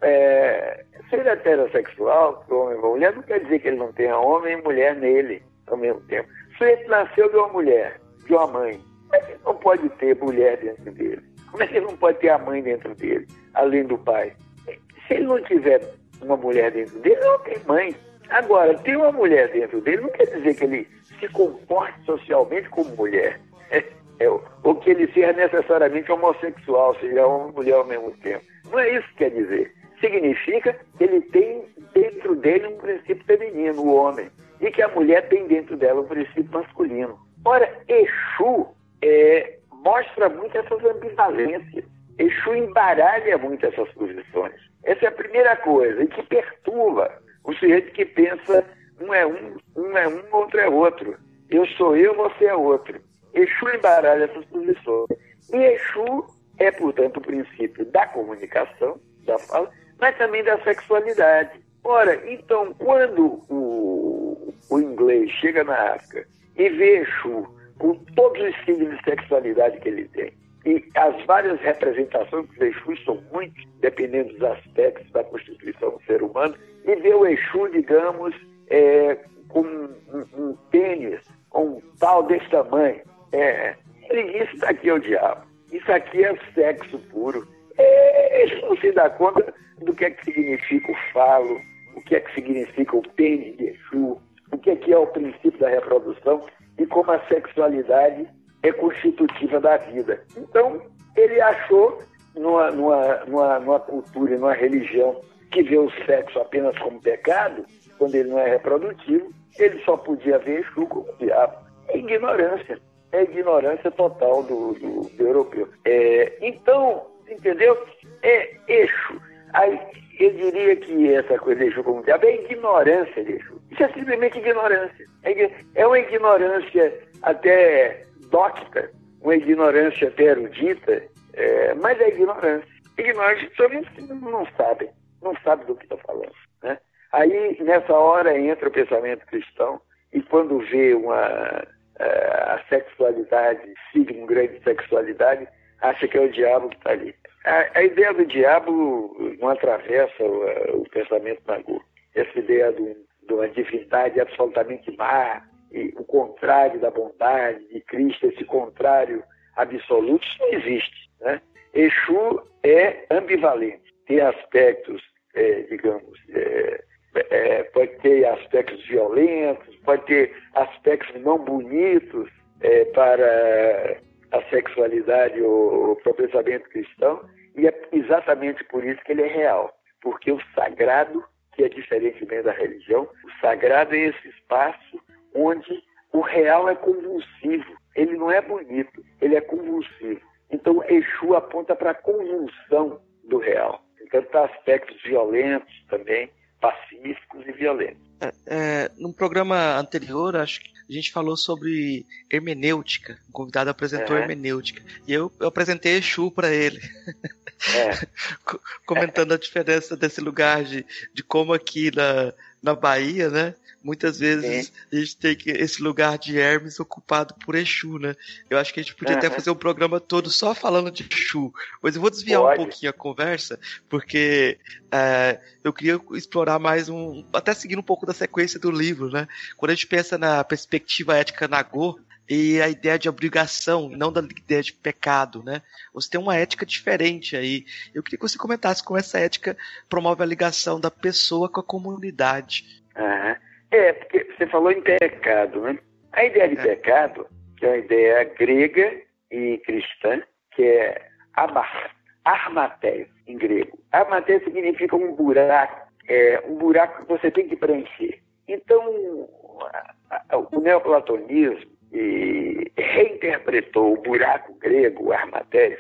É, ser heterossexual, homem e mulher, não quer dizer que ele não tenha homem e mulher nele ao mesmo tempo. Se ele nasceu de uma mulher, de uma mãe, como é que ele não pode ter mulher dentro dele? Como é que ele não pode ter a mãe dentro dele, além do pai? Se ele não tiver uma mulher dentro dele, ele não tem mãe. Agora, ter uma mulher dentro dele não quer dizer que ele se comporte socialmente como mulher. É, é, ou que ele seja necessariamente homossexual, seja homem e mulher ao mesmo tempo. Não é isso que quer dizer. Significa que ele tem dentro dele um princípio feminino, o homem, e que a mulher tem dentro dela um princípio masculino. Ora, Exu é, mostra muito essas ambivalências. Exu embaralha muito essas posições. Essa é a primeira coisa, e que perturba o sujeito que pensa um é um, um é um, outro é outro. Eu sou eu, você é outro. Exu embaralha essas posições. E Exu é, portanto, o princípio da comunicação, da fala, mas também da sexualidade. Ora, então, quando o, o inglês chega na África e vê Exu com todos os signos de sexualidade que ele tem, e as várias representações que os Exus são muitos, dependendo dos aspectos da constituição do ser humano, e vê o Exu, digamos, é, com um, um pênis, com um pau desse tamanho. É, ele diz, isso aqui é o diabo, isso aqui é sexo puro. É, ele não se dá conta do que é que significa o falo, o que é que significa o pênis de Exu, o que é que é o princípio da reprodução e como a sexualidade é constitutiva da vida. Então, ele achou numa, numa, numa, numa cultura, numa religião que vê o sexo apenas como pecado, quando ele não é reprodutivo, ele só podia ver Exu como diabo. É ignorância. É ignorância total do, do, do europeu. É, então, entendeu? É Exu. Aí, eu diria que essa coisa de Exu como diabo é ignorância de Exu. Isso é simplesmente ignorância. É, é uma ignorância até docta, uma ignorância até erudita, é, mas é ignorância. Ignorância, as pessoas não, não sabem, não sabem do que estão falando, né? Aí, nessa hora, entra o pensamento cristão, e quando vê uma, a sexualidade, signo grande de sexualidade, acha que é o diabo que está ali. A, a ideia do diabo não atravessa o, o pensamento Nagô. Essa ideia de, um, de uma divindade absolutamente má, e o contrário da bondade de Cristo, esse contrário absoluto, isso não existe, né? Exu é ambivalente, tem aspectos, é, digamos, é, é, pode ter aspectos violentos, pode ter aspectos não bonitos é, para a sexualidade ou para o pensamento cristão, e é exatamente por isso que ele é real, porque o sagrado, que é diferentemente da religião, o sagrado é esse espaço onde o real é convulsivo, ele não é bonito, ele é convulsivo. Então, Exu aponta para a convulsão do real. Então, para aspectos violentos também, pacíficos e violentos. É, é, num programa anterior, acho que a gente falou sobre hermenêutica. O convidado apresentou é. hermenêutica. E eu, eu apresentei Exu para ele. É. Comentando a diferença desse lugar de, de como aqui na, na Bahia, né? Muitas vezes Sim. a gente tem que, esse lugar de Hermes ocupado por Exu, né? Eu acho que a gente podia uhum. até fazer um programa todo só falando de Exu. Mas eu vou desviar Pode. um pouquinho a conversa, porque é, eu queria explorar mais um... Até seguindo um pouco da sequência do livro, né? Quando a gente pensa na perspectiva ética Nagô, e a ideia de obrigação, não da ideia de pecado, né? Você tem uma ética diferente aí. Eu queria que você comentasse como essa ética promove a ligação da pessoa com a comunidade. Uhum. É, porque você falou em pecado, né? A ideia de é. pecado, que é uma ideia grega e cristã, que é armatéis, em grego. Armatéis significa um buraco, é, um buraco que você tem que preencher. Então, a, a, o neoplatonismo e reinterpretou o buraco grego, o armatéis,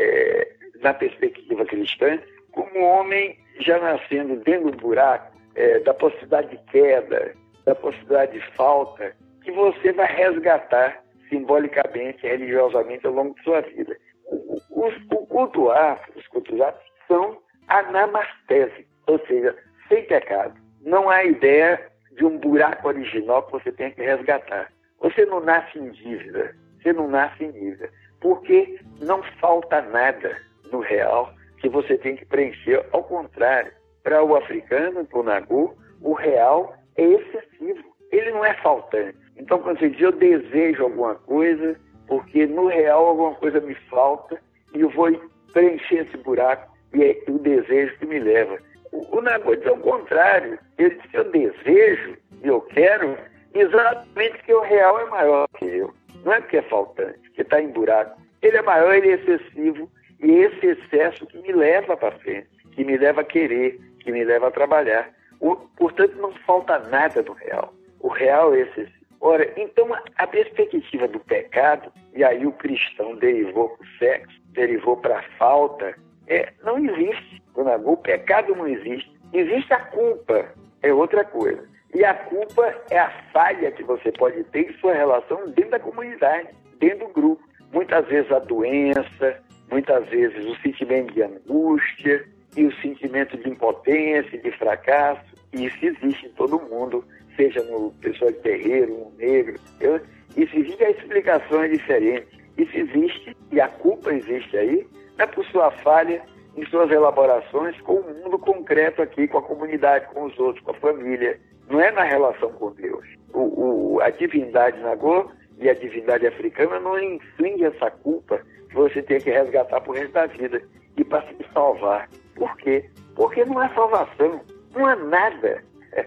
é, na perspectiva cristã, como um homem já nascendo dentro do buraco, é, da possibilidade de queda, da possibilidade de falta, que você vai resgatar simbolicamente, religiosamente, ao longo de sua vida. O, o, o culto afro, os cultos afros, são anamartese, ou seja, sem pecado. Não há ideia de um buraco original que você tem que resgatar. Você não nasce em dívida, você não nasce em dívida, porque não falta nada no real que você tem que preencher. Ao contrário, para o africano, para o Nagô, o real é excessivo, ele não é faltante. Então, quando você diz eu desejo alguma coisa, porque no real alguma coisa me falta, e eu vou preencher esse buraco, e é o desejo que me leva. O, o Nagô diz ao contrário, ele diz eu desejo, e eu quero, exatamente porque o real é maior que eu. Não é porque é faltante, porque está em buraco. Ele é maior, ele é excessivo, e é esse excesso que me leva para frente, que me leva a querer, que me leva a trabalhar. O, portanto, não falta nada do real. O real é excessivo. Ora, então, a, a perspectiva do pecado, e aí o cristão derivou para o sexo, derivou para a falta, é, não existe. O pecado não existe. Existe a culpa, é outra coisa. E a culpa é a falha que você pode ter em sua relação dentro da comunidade, dentro do grupo. Muitas vezes a doença, muitas vezes o sentimento de angústia e o sentimento de impotência, de fracasso. E isso existe em todo mundo, seja no pessoal de terreiro, no negro. Eu, isso existe, a explicação é diferente. Isso existe, e a culpa existe aí, não é por sua falha em suas elaborações com o mundo concreto aqui, com a comunidade, com os outros, com a família. Não é na relação com Deus. O, o, a divindade Nagô e a divindade africana não inflige essa culpa que você tem que resgatar por resto da vida e para se salvar. Por quê? Porque não há salvação, não há nada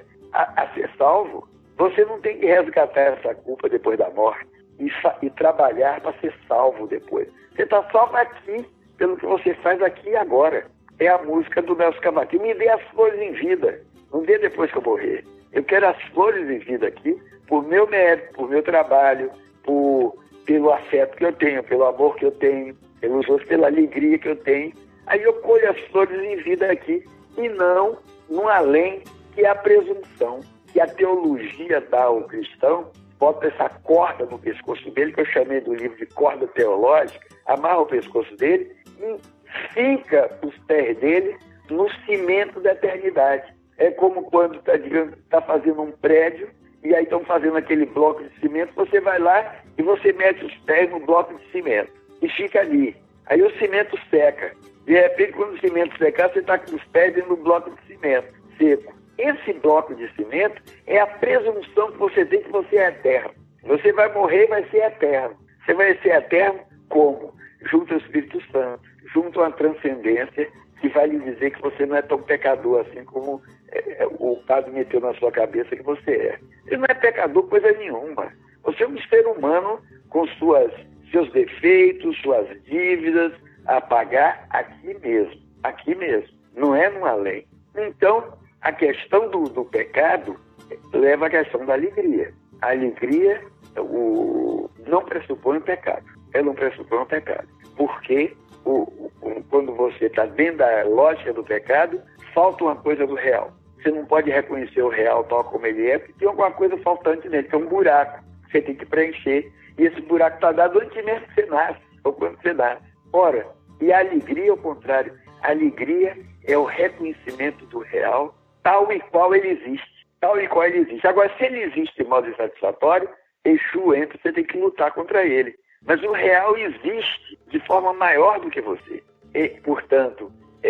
a, a ser salvo. Você não tem que resgatar essa culpa depois da morte e, e trabalhar para ser salvo depois. Você está salvo aqui, pelo que você faz aqui e agora. É a música do Nelson Cavaquinho. Me dê as flores em vida, não dê depois que eu morrer. Eu quero as flores em vida aqui, por meu mérito, por meu trabalho, por, pelo afeto que eu tenho, pelo amor que eu tenho, pelos outros, pela alegria que eu tenho. Aí eu colho as flores em vida aqui, e não no além, que é a presunção, que a teologia dá ao cristão, bota essa corda no pescoço dele, que eu chamei do livro de corda teológica, amarra o pescoço dele e fica os pés dele no cimento da eternidade. É como quando está tá fazendo um prédio, e aí estão fazendo aquele bloco de cimento, você vai lá e você mete os pés no bloco de cimento, e fica ali. Aí o cimento seca. De repente, quando o cimento secar, você está com os pés dentro do bloco de cimento, seco. Esse bloco de cimento é a presunção que você tem que você é eterno. Você vai morrer e vai ser eterno. Você vai ser eterno como? Junto ao Espírito Santo, junto à transcendência, que vai lhe dizer que você não é tão pecador assim como é, o padre meteu na sua cabeça que você é. Você não é pecador coisa nenhuma. Você é um ser humano com suas, seus defeitos, suas dívidas a pagar aqui mesmo. Aqui mesmo. Não é no além. Então, a questão do, do pecado leva à questão da alegria. A alegria o, não pressupõe o pecado. Ela não pressupõe o pecado. Porque o, o, quando você está dentro da lógica do pecado, falta uma coisa do real. Você não pode reconhecer o real tal como ele é, porque tem alguma coisa faltante nele, que é um buraco que você tem que preencher. E esse buraco está dado antes mesmo que você nasce, ou quando você nasce. Ora, e a alegria, ao contrário, a alegria é o reconhecimento do real, tal e qual ele existe. Tal e qual ele existe. Agora, se ele existe de modo insatisfatório, Exu entra, você tem que lutar contra ele. Mas o real existe de forma maior do que você. E, portanto,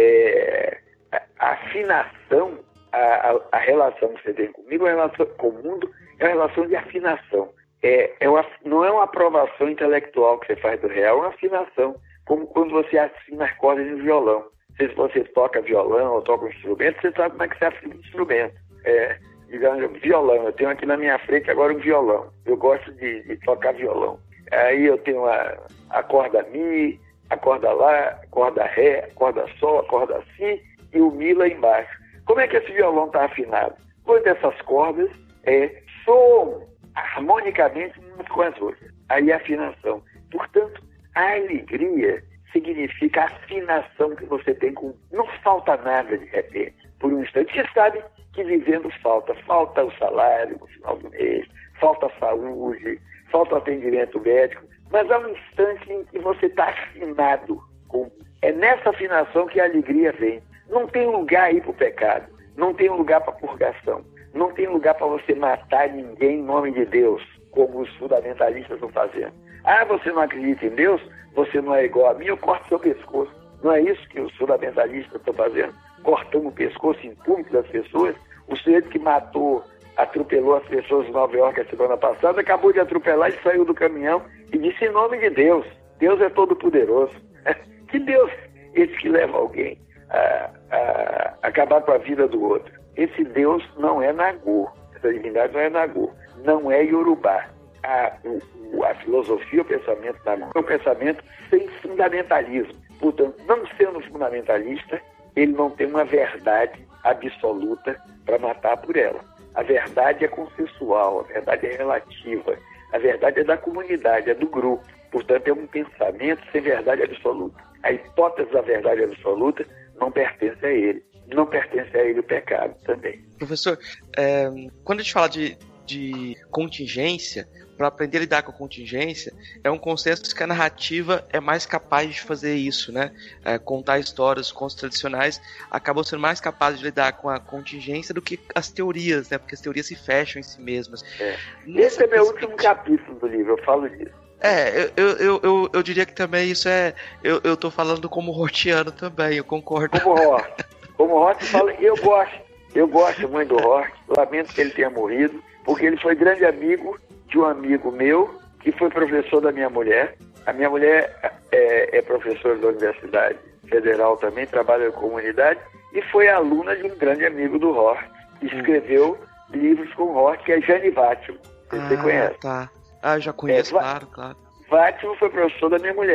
é, a afinação, a, a, a relação que você tem comigo, a relação com o mundo, é uma relação de afinação. É, é uma, não é uma aprovação intelectual que você faz do real, é uma afinação. Como quando você afina as cordas de um violão. Se você toca violão ou toca um instrumento, você sabe como é que você afina o instrumento. É, digamos, violão. Eu tenho aqui na minha frente agora um violão. Eu gosto de, de tocar violão. Aí eu tenho a, a corda Mi, a corda Lá, a corda Ré, a corda Sol, a corda Si e o Mi lá embaixo. Como é que esse violão está afinado? Quando essas cordas é, soam harmonicamente umas com as outras. Aí a afinação. Portanto, a alegria significa a afinação que você tem com... Não falta nada de repente, por um instante. Você sabe que vivendo falta. Falta o salário no final do mês, falta a saúde, falta o atendimento médico. Mas há um instante em que você está afinado. Com... É nessa afinação que a alegria vem. Não tem lugar aí para o pecado. Não tem lugar para a purgação. Não tem lugar para você matar ninguém em nome de Deus, como os fundamentalistas estão fazendo. Ah, você não acredita em Deus? Você não é igual a mim, eu corto seu pescoço. Não é isso que os fundamentalistas estão fazendo? Cortando o pescoço em público das pessoas. O sujeito que matou, atropelou as pessoas em Nova York a semana passada, acabou de atropelar e saiu do caminhão e disse em nome de Deus. Deus é todo poderoso. Que Deus, esse que leva alguém a, a, a acabar com a vida do outro. Esse Deus não é Nagô. Essa divindade não é Nagô. Não é Yorubá. A, o, a filosofia, o pensamento Nagô é um pensamento sem fundamentalismo. Portanto, não sendo fundamentalista, ele não tem uma verdade absoluta para matar por ela. A verdade é consensual, a verdade é relativa, a verdade é da comunidade, é do grupo. Portanto, é um pensamento sem verdade absoluta. A hipótese da verdade absoluta não pertence a ele. Não pertence a ele o pecado também. Professor, é, quando a gente fala de, de contingência, para aprender a lidar com a contingência, é um consenso que a narrativa é mais capaz de fazer isso, né? É, contar histórias, contos tradicionais acabam sendo mais capazes de lidar com a contingência do que as teorias, né? Porque as teorias se fecham em si mesmas. É. Esse é meu último capítulo do livro, eu falo disso. É, eu, eu, eu, eu diria que também isso é... Eu, eu tô falando como hortiano também, eu concordo. Como Hort. Como Hort fala, eu gosto. Eu gosto muito do Hort. Lamento que ele tenha morrido, porque ele foi grande amigo de um amigo meu, que foi professor da minha mulher. A minha mulher é, é professora da Universidade Federal também, trabalha na comunidade, e foi aluna de um grande amigo do Hort. Escreveu hum. livros com o Hort, que é Jane Vátimo. Você ah, conhece? Tá. Ah, eu já conheço, é, claro, claro. Vátimo foi professor da minha mulher.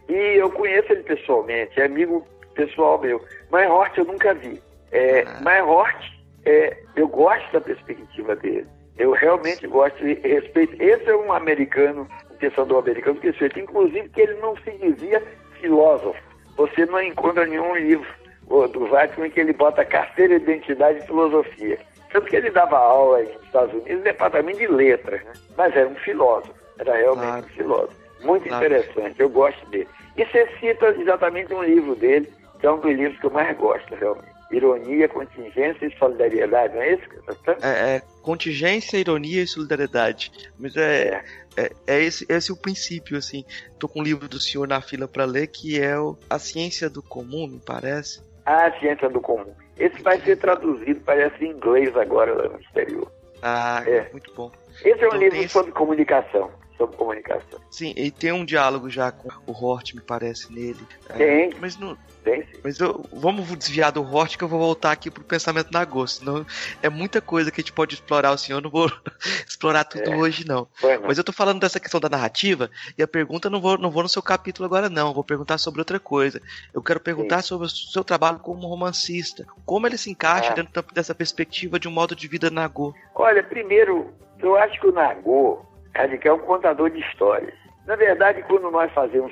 E eu conheço ele pessoalmente, é amigo pessoal meu. Meyerhort eu nunca vi. É, ah. Meyerhort, é, eu gosto da perspectiva dele. Eu realmente gosto e respeito. Esse é um americano, um pensador americano que respeito. Inclusive que ele não se dizia filósofo. Você não encontra nenhum livro do Weizmann que ele bota carteira de identidade de filosofia. Tanto que ele dava aula nos Estados Unidos no departamento de letras, né? Mas era um filósofo. Era realmente claro. um filósofo. Muito claro. interessante, eu gosto dele. E você cita exatamente um livro dele, que é um dos livros que eu mais gosto, realmente. Ironia, Contingência e Solidariedade, não é isso que você está? É, é Contingência, Ironia e Solidariedade. Mas é, é. é, é esse, esse é o princípio, assim. Tô com um livro do senhor na fila para ler, que é o A Ciência do Comum, me parece. Ah, A Ciência do Comum. Esse vai ser traduzido, parece em inglês agora lá no exterior. Ah, é. muito bom. Esse é um então, livro sobre esse... comunicação. Sobre comunicação. Sim, e tem um diálogo já com o Hort, me parece, nele. Tem. É, mas não... Tem, sim. Mas eu, vamos desviar do Hort, que eu vou voltar aqui pro pensamento na Gosto. Senão é muita coisa que a gente pode explorar, o senhor. Eu não vou explorar tudo é. hoje, não. Foi, não. Mas eu tô falando dessa questão da narrativa, e a pergunta não vou, não vou no seu capítulo agora, não. Eu vou perguntar sobre outra coisa. Eu quero perguntar sim. sobre o seu trabalho como romancista. Como ele se encaixa ah. dentro dessa perspectiva de um modo de vida Nagô? Olha, primeiro, eu acho que o Nagô é um contador de histórias. Na verdade, quando nós fazemos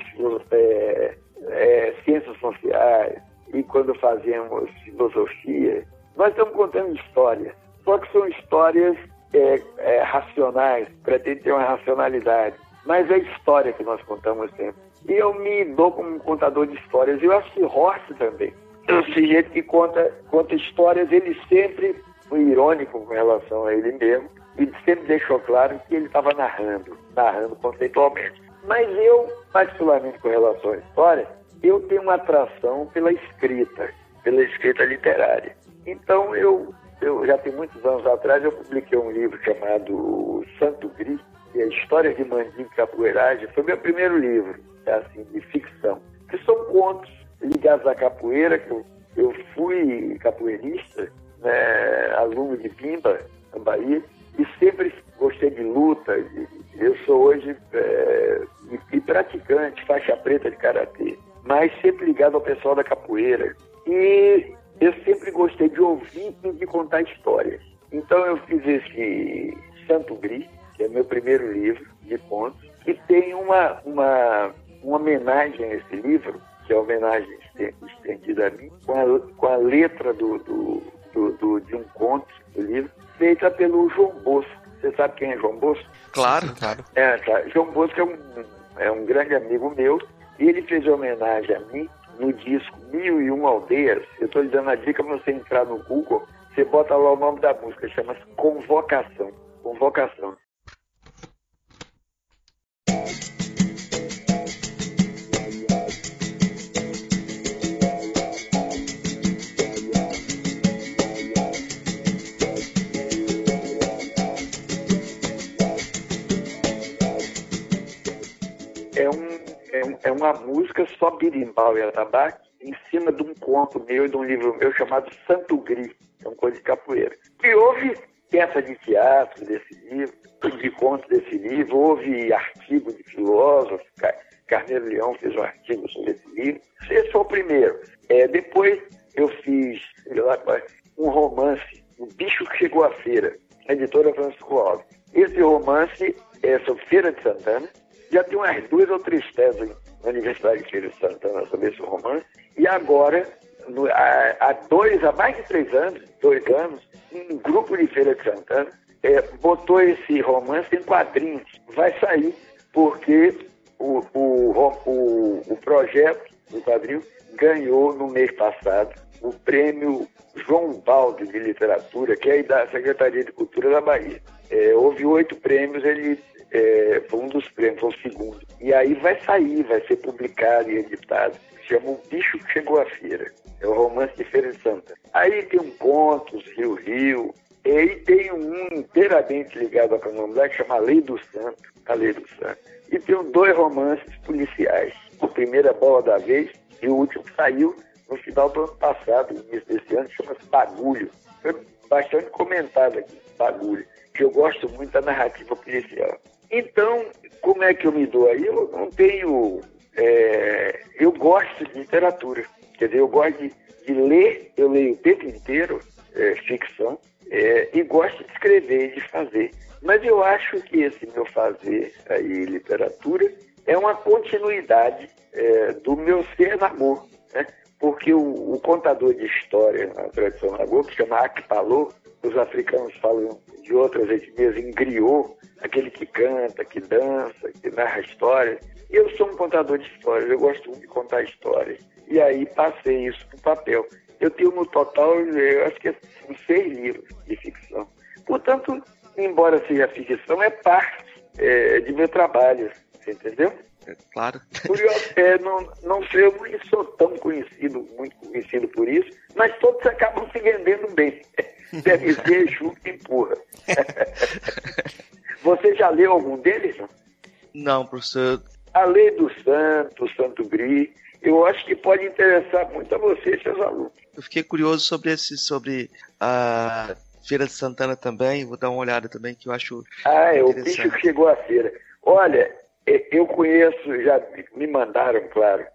é, é, ciências sociais e quando fazemos filosofia, nós estamos contando histórias. Só que são histórias é, é, racionais, pretendem ter uma racionalidade. Mas é história que nós contamos sempre. E eu me dou como um contador de histórias. Eu acho que Hort também. É o sujeito que conta, conta histórias, ele sempre foi irônico com relação a ele mesmo. E sempre deixou claro que ele estava narrando, narrando conceitualmente. Mas eu, particularmente com relação à história, eu tenho uma atração pela escrita, pela escrita literária. Então, eu, eu já tem muitos anos atrás, eu publiquei um livro chamado Santo Gris, que é Histórias de Mandinga e Capoeiragem. Foi meu primeiro livro, assim, de ficção. Que são contos ligados à capoeira, que eu, eu fui capoeirista, né, aluno de Pimba, na Bahia, e sempre gostei de luta. Eu sou hoje é, e praticante, faixa preta de karatê, mas sempre ligado ao pessoal da capoeira. E eu sempre gostei de ouvir e de contar histórias. Então eu fiz esse Santo Gris, que é meu primeiro livro de contos, e tem uma, uma, uma homenagem a esse livro, que é uma homenagem estendida a mim, com a, com a letra do, do, do, do, de um conto do livro, feita pelo João Bosco. Você sabe quem é João Bosco? Claro, claro. É, tá. João Bosco é um, é um grande amigo meu, e ele fez homenagem a mim no disco Mil e Uma Aldeias. Eu estou lhe dando a dica para você entrar no Google, você bota lá o nome da música, chama-se Convocação. Convocação. É, um, é, um, é uma música só birimbau e atabaque em cima de um conto meu e de um livro meu chamado Santo Gris, é um conto de capoeira. E houve peça de teatro desse livro, de contos desse livro, houve artigo de filósofos, Carneiro Leão fez um artigo sobre esse livro. Esse foi o primeiro. É, depois eu fiz lá, um romance, O Bicho que Chegou à Feira, a editora Francisco Alves. Esse romance é sobre Feira de Santana. Já tem umas duas ou três teses na Universidade de Feira de Santana sobre esse romance. E agora, no, há, há dois, há mais de três anos, dois anos, um grupo de Feira de Santana é, botou esse romance em quadrinhos. Vai sair, porque o, o, o, o projeto do quadrinho ganhou no mês passado o prêmio João Baldo de Literatura, que é da Secretaria de Cultura da Bahia. É, houve oito prêmios, ele é, foi um dos prêmios, foi o segundo. E aí vai sair, vai ser publicado e editado. Se chama O Bicho que Chegou à Feira. É o romance de Feira de Santana. Aí tem um Contos, Rio Rio, e tem um inteiramente ligado ao candomblé que chama A Lei do Santo, A Lei do Santo. E tem dois romances policiais. O primeiro é Bola da Vez e o último saiu no final do ano passado, no início desse ano, chama-se Bagulho. Foi bastante comentado aqui, Bagulho, que eu gosto muito da narrativa policial. Então, como é que eu me dou aí? Eu não tenho é, eu gosto de literatura. Quer dizer, eu gosto de, de ler, eu leio o tempo inteiro é, ficção, é, e gosto de escrever, de fazer. Mas eu acho que esse meu fazer aí, literatura, é uma continuidade é, do meu ser Nagô, né? Porque o, o contador de história na tradição Nagô, que se chama Akpalô, os africanos falam de outras etnias em griot, aquele que canta, que dança, que narra histórias. Eu sou um contador de histórias, eu gosto muito de contar histórias. E aí passei isso para o papel. Eu tenho no total, eu acho que é seis livros de ficção. Portanto, embora seja ficção, é parte é, de meu trabalho, você entendeu? É, claro. Curioso, é, não, não sei, eu não sou tão conhecido, muito conhecido por isso, mas todos acabam se vendendo bem. Deve ser Exu que empurra. Você já leu algum deles? Não, não professor. A Lei do Santo, o Santo Gris, eu acho que pode interessar muito a você e seus alunos. Eu fiquei curioso sobre esse, sobre a Feira de Santana também, vou dar uma olhada também, que eu acho Ah, é o bicho que chegou à feira. Olha, eu conheço, já me mandaram, claro,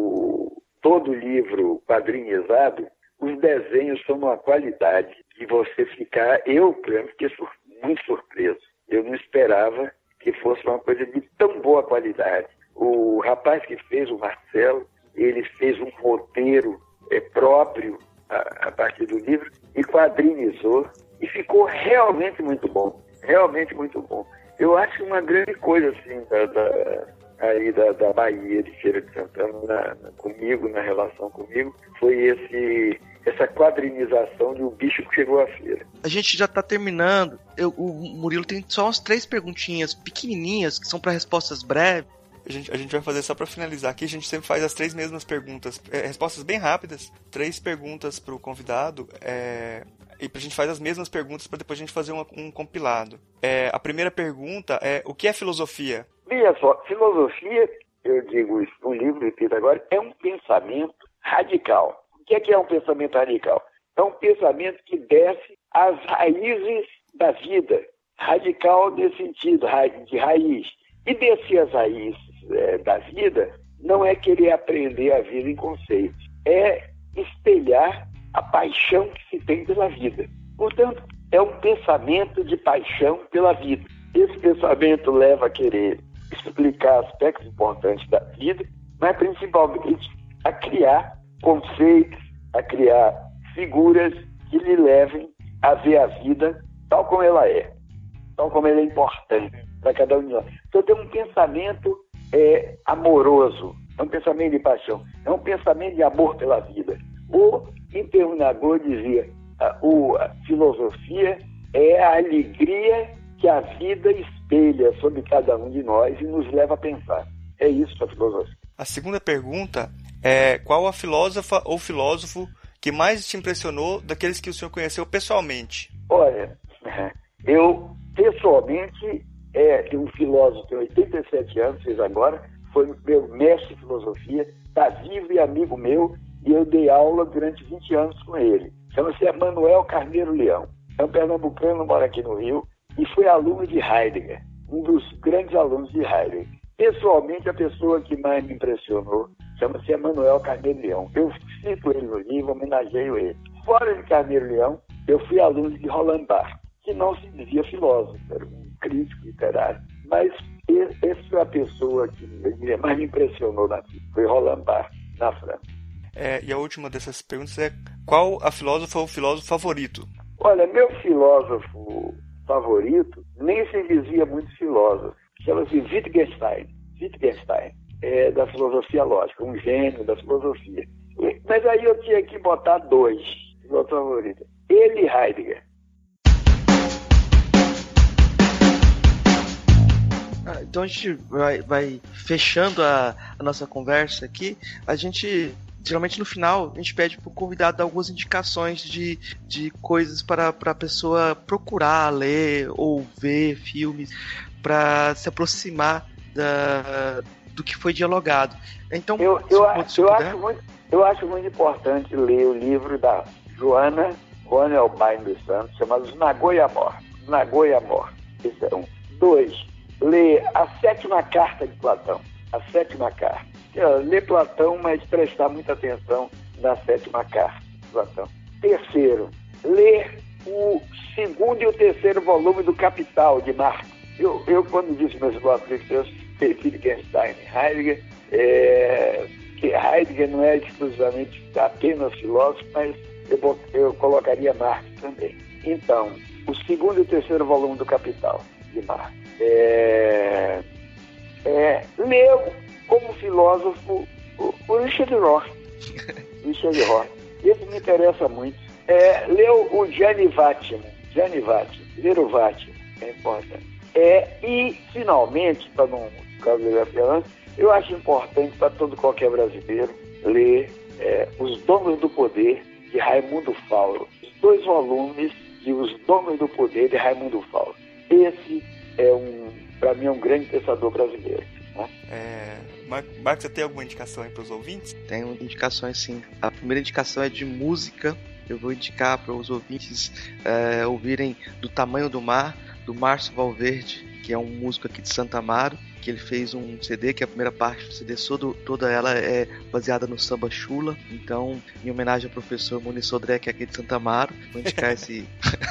o, todo o livro quadrinizado, os desenhos são de uma qualidade que você ficar... Eu, por exemplo, fiquei sur, muito surpreso. Eu não esperava que fosse uma coisa de tão boa qualidade. O rapaz que fez, o Marcelo, ele fez um roteiro é, próprio a, a partir do livro e quadrinizou e ficou realmente muito bom. Realmente muito bom. Eu acho uma grande coisa, assim, da, da, aí da, da Bahia, de Feira de Santana, na, na, comigo, na relação comigo, foi esse, essa quadrinização de O Bicho que Chegou à Feira. A gente já está terminando. Eu, o Murilo tem só umas três perguntinhas pequenininhas, que são para respostas breves. A gente, a gente vai fazer só para finalizar aqui, a gente sempre faz as três mesmas perguntas, é, respostas bem rápidas, três perguntas para o convidado, é, e a gente faz as mesmas perguntas para depois a gente fazer uma, um compilado. É, a primeira pergunta é, o que é filosofia? Veja só, filosofia, eu digo isso no livro, repito agora, é um pensamento radical. O que é que é um pensamento radical? É um pensamento que desce às raízes da vida, radical nesse sentido, de raiz. E descer às raízes é, da vida não é querer aprender a vida em conceitos, é espelhar a paixão que se tem pela vida. Portanto, é um pensamento de paixão pela vida. Esse pensamento leva a querer explicar aspectos importantes da vida, mas principalmente a criar conceitos, a criar figuras que lhe levem a ver a vida tal como ela é, tal como ela é importante para cada um de nós. Então tem um pensamento é, amoroso, é um pensamento de paixão, é um pensamento de amor pela vida. O Nagô dizia, a, o, a filosofia é a alegria que a vida espelha sobre cada um de nós e nos leva a pensar. É isso a filosofia. A segunda pergunta é, qual a filósofa ou filósofo que mais te impressionou daqueles que o senhor conheceu pessoalmente? Olha, eu pessoalmente, é, tem um filósofo de oitenta e sete anos, fez agora, foi meu mestre de filosofia, está vivo e amigo meu, e eu dei aula durante vinte anos com ele. Chama-se Emanuel Carneiro Leão. É um pernambucano, mora aqui no Rio, e foi aluno de Heidegger, um dos grandes alunos de Heidegger. Pessoalmente, a pessoa que mais me impressionou chama-se Emanuel Carneiro Leão. Eu cito ele no livro, homenageio ele. Fora de Carneiro Leão, eu fui aluno de Roland Barthes, que não se dizia filósofo, era um crítico literário. Mas essa foi a pessoa que mais me impressionou na vida, foi Roland Barthes, na França. É, e a última dessas perguntas é, qual a filósofa ou filósofo favorito? Olha, meu filósofo favorito nem se dizia muito filósofo, chama-se Wittgenstein, Wittgenstein, é da filosofia lógica, um gênio da filosofia. E, mas aí eu tinha que botar dois filósofos favoritos, ele e Heidegger. Ah, então a gente vai, vai fechando a, a nossa conversa aqui. A gente, geralmente no final, a gente pede para o convidado dar algumas indicações de, de coisas para a pessoa procurar, ler ou ver filmes, para se aproximar da, do que foi dialogado. Então, eu, eu, se eu, acho muito, eu acho muito importante ler o livro da Joana Ronelbein dos Santos, chamado Nagô e Amor. Nagô e Amor. Esse é um. Dois, ler a sétima carta de Platão. A sétima carta. ler Platão, mas prestar muita atenção na sétima carta de Platão. Terceiro, ler o segundo e o terceiro volume do Capital, de Marx. Eu, eu quando disse meus filósofos, eu citei Wittgenstein e Heidegger, é, que Heidegger não é exclusivamente apenas filósofo, mas eu, eu colocaria Marx também. Então, o segundo e o terceiro volume do Capital, de Marx. É, é, leu como filósofo o, o Richard Rohr. Richard Rohr. Esse me interessa muito. É, leu o Gianni Vattimo. Gianni Vattimo. Ler o Vattimo. É importante. É, e, finalmente, para não ficar delirando, eu acho importante para todo qualquer brasileiro ler é, Os Donos do Poder, de Raimundo Fauro. Os dois volumes de Os Donos do Poder, de Raimundo Fauro. Esse é, um, para mim, é um grande pensador brasileiro. Né? É, Marcos, você tem alguma indicação aí para os ouvintes? Tenho indicações, sim. A primeira indicação é de música. Eu vou indicar para os ouvintes é, ouvirem Do Tamanho do Mar, do Márcio Valverde, que é um músico aqui de Santa Amaro, que ele fez um C D, que a primeira parte do C D, todo, toda ela é baseada no samba chula. Então, em homenagem ao professor Muniz Sodré, que é aqui de Santa Amaro, vou indicar esse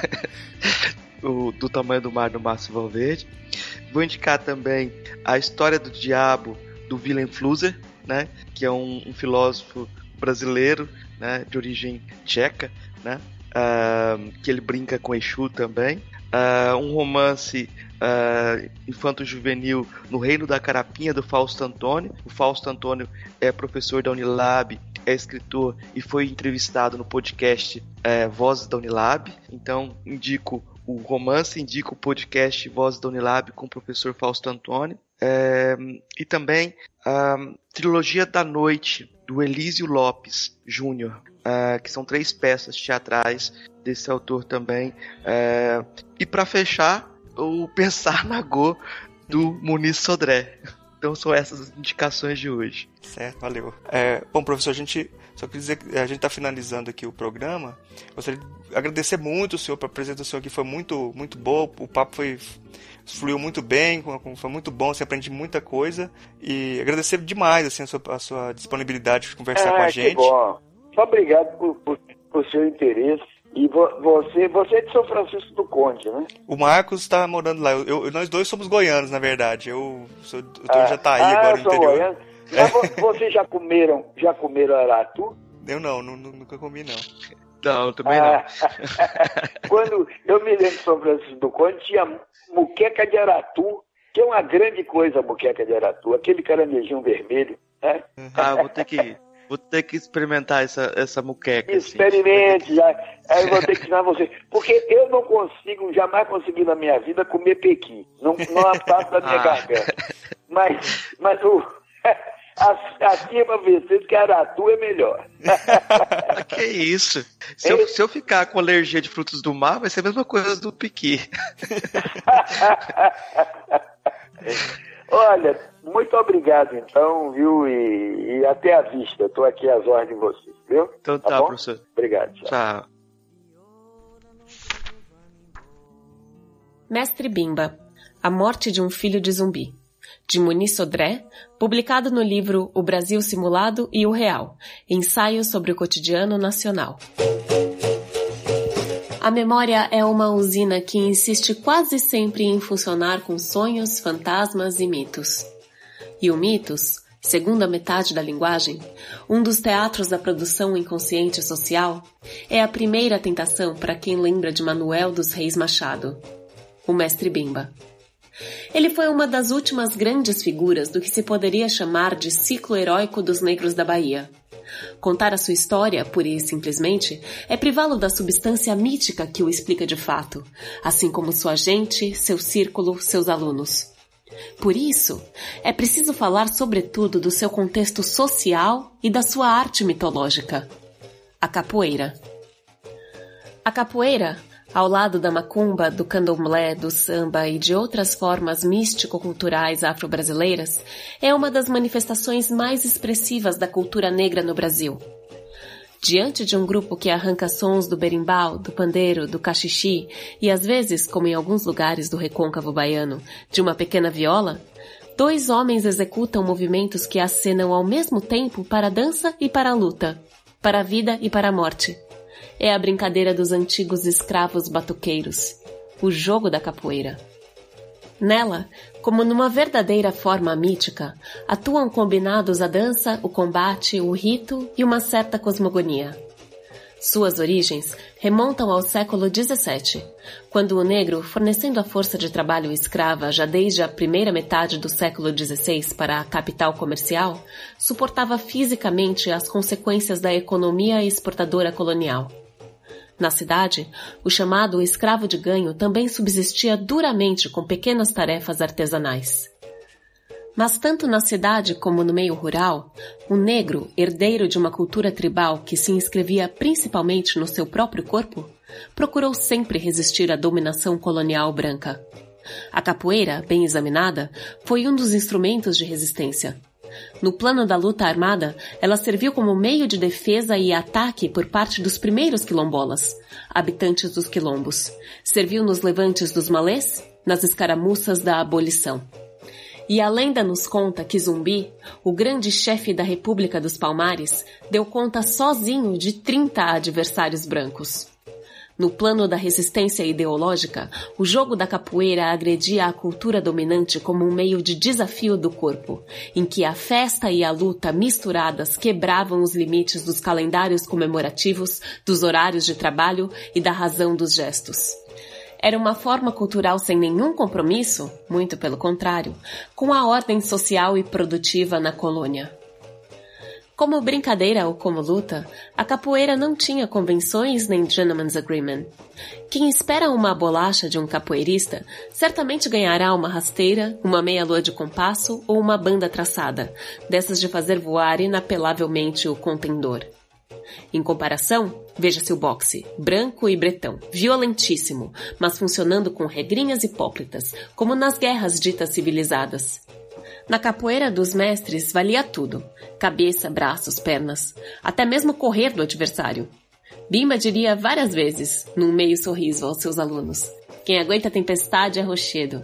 o, Do Tamanho do Mar, do Márcio Valverde. Vou indicar também A História do Diabo, do Willem Flusser, né, que é um, um filósofo brasileiro, né, de origem tcheca, né, uh, que ele brinca com Exu também. Uh, um romance uh, infanto-juvenil, No Reino da Carapinha, do Fausto Antônio. O Fausto Antônio é professor da Unilab, é escritor e foi entrevistado no podcast uh, Vozes da Unilab. Então, indico o romance, indico o podcast Vozes da Unilab com o professor Fausto Antônio. Uh, e também a uh, Trilogia da Noite, do Elísio Lopes Júnior, uh, que são três peças teatrais desse autor também. Uh, e para fechar, o Pensar na Go, do Muniz Sodré. Então são essas as indicações de hoje. Certo, valeu. É, bom, professor, a gente só queria dizer que a gente está finalizando aqui o programa. Gostaria de agradecer muito o senhor, a presença do senhor aqui foi muito, muito boa, o papo foi, fluiu muito bem, foi muito bom, você aprende muita coisa, e agradecer demais assim, a, sua, a sua disponibilidade de conversar ah, com a gente. Que bom. Muito obrigado por, por, por seu interesse. E vo, você, você é de São Francisco do Conde, né? O Marcos está morando lá. Eu, eu, nós dois somos goianos, na verdade. Eu sou do ah, Jataí, ah, agora no interior. Goiano. Mas vocês já comeram, já comeram aratu? Eu não, não, nunca comi, não. Não, também ah, não. Quando eu me lembro de São Francisco do Conde, tinha muqueca de aratu, que é uma grande coisa, a muqueca de aratu, aquele caranguejinho vermelho, né? Ah, vou ter que, vou ter que experimentar essa, essa muqueca. Experimente, assim. já. Aí eu vou ter que ensinar você. Porque eu não consigo, jamais consegui na minha vida comer pequi. Não, não passa da minha ah. garganta. Mas, mas o... Assim é pra vencer que aratu é melhor. Que isso? Se eu, se eu ficar com alergia de frutos do mar, vai ser a mesma coisa do piqui. Olha, muito obrigado então, viu? E, e até a vista. Estou aqui às ordens de vocês, viu? Então tá, tá professor. Obrigado. Tchau. Tchau. Mestre Bimba, A Morte de um Filho de Zumbi, de Muniz Sodré, publicado no livro O Brasil Simulado e o Real, Ensaios sobre o Cotidiano Nacional. A memória é uma usina que insiste quase sempre em funcionar com sonhos, fantasmas e mitos. E o mitos, segundo a metade da linguagem, um dos teatros da produção inconsciente social, é a primeira tentação para quem lembra de Manuel dos Reis Machado, o Mestre Bimba. Ele foi uma das últimas grandes figuras do que se poderia chamar de ciclo heróico dos negros da Bahia. Contar a sua história, pura e simplesmente, é privá-lo da substância mítica que o explica de fato, assim como sua gente, seu círculo, seus alunos. Por isso, é preciso falar sobretudo do seu contexto social e da sua arte mitológica, a capoeira. A capoeira, ao lado da macumba, do candomblé, do samba e de outras formas místico-culturais afro-brasileiras, é uma das manifestações mais expressivas da cultura negra no Brasil. Diante de um grupo que arranca sons do berimbau, do pandeiro, do cachixi e às vezes, como em alguns lugares do recôncavo baiano, de uma pequena viola, dois homens executam movimentos que acenam ao mesmo tempo para a dança e para a luta, para a vida e para a morte. É a brincadeira dos antigos escravos batuqueiros, o jogo da capoeira. Nela, como numa verdadeira forma mítica, atuam combinados a dança, o combate, o rito e uma certa cosmogonia. Suas origens remontam ao século dezessete, quando o negro, fornecendo a força de trabalho escrava já desde a primeira metade do século dezesseis para a capital comercial, suportava fisicamente as consequências da economia exportadora colonial. Na cidade, o chamado escravo de ganho também subsistia duramente com pequenas tarefas artesanais. Mas tanto na cidade como no meio rural, o negro, herdeiro de uma cultura tribal que se inscrevia principalmente no seu próprio corpo, procurou sempre resistir à dominação colonial branca. A capoeira, bem examinada, foi um dos instrumentos de resistência. No plano da luta armada, ela serviu como meio de defesa e ataque por parte dos primeiros quilombolas, habitantes dos quilombos. Serviu nos levantes dos malês, nas escaramuças da abolição. E a lenda nos conta que Zumbi, o grande chefe da República dos Palmares, deu conta sozinho de trinta adversários brancos. No plano da resistência ideológica, o jogo da capoeira agredia a cultura dominante como um meio de desafio do corpo, em que a festa e a luta misturadas quebravam os limites dos calendários comemorativos, dos horários de trabalho e da razão dos gestos. Era uma forma cultural sem nenhum compromisso, muito pelo contrário, com a ordem social e produtiva na colônia. Como brincadeira ou como luta, a capoeira não tinha convenções nem gentleman's agreement. Quem espera uma bolacha de um capoeirista certamente ganhará uma rasteira, uma meia-lua de compasso ou uma banda traçada, dessas de fazer voar inapelavelmente o contendor. Em comparação, veja-se o boxe, branco e bretão, violentíssimo, mas funcionando com regrinhas hipócritas, como nas guerras ditas civilizadas. Na capoeira dos mestres valia tudo, cabeça, braços, pernas, até mesmo correr do adversário. Bimba diria várias vezes, num meio sorriso aos seus alunos, quem aguenta a tempestade é rochedo.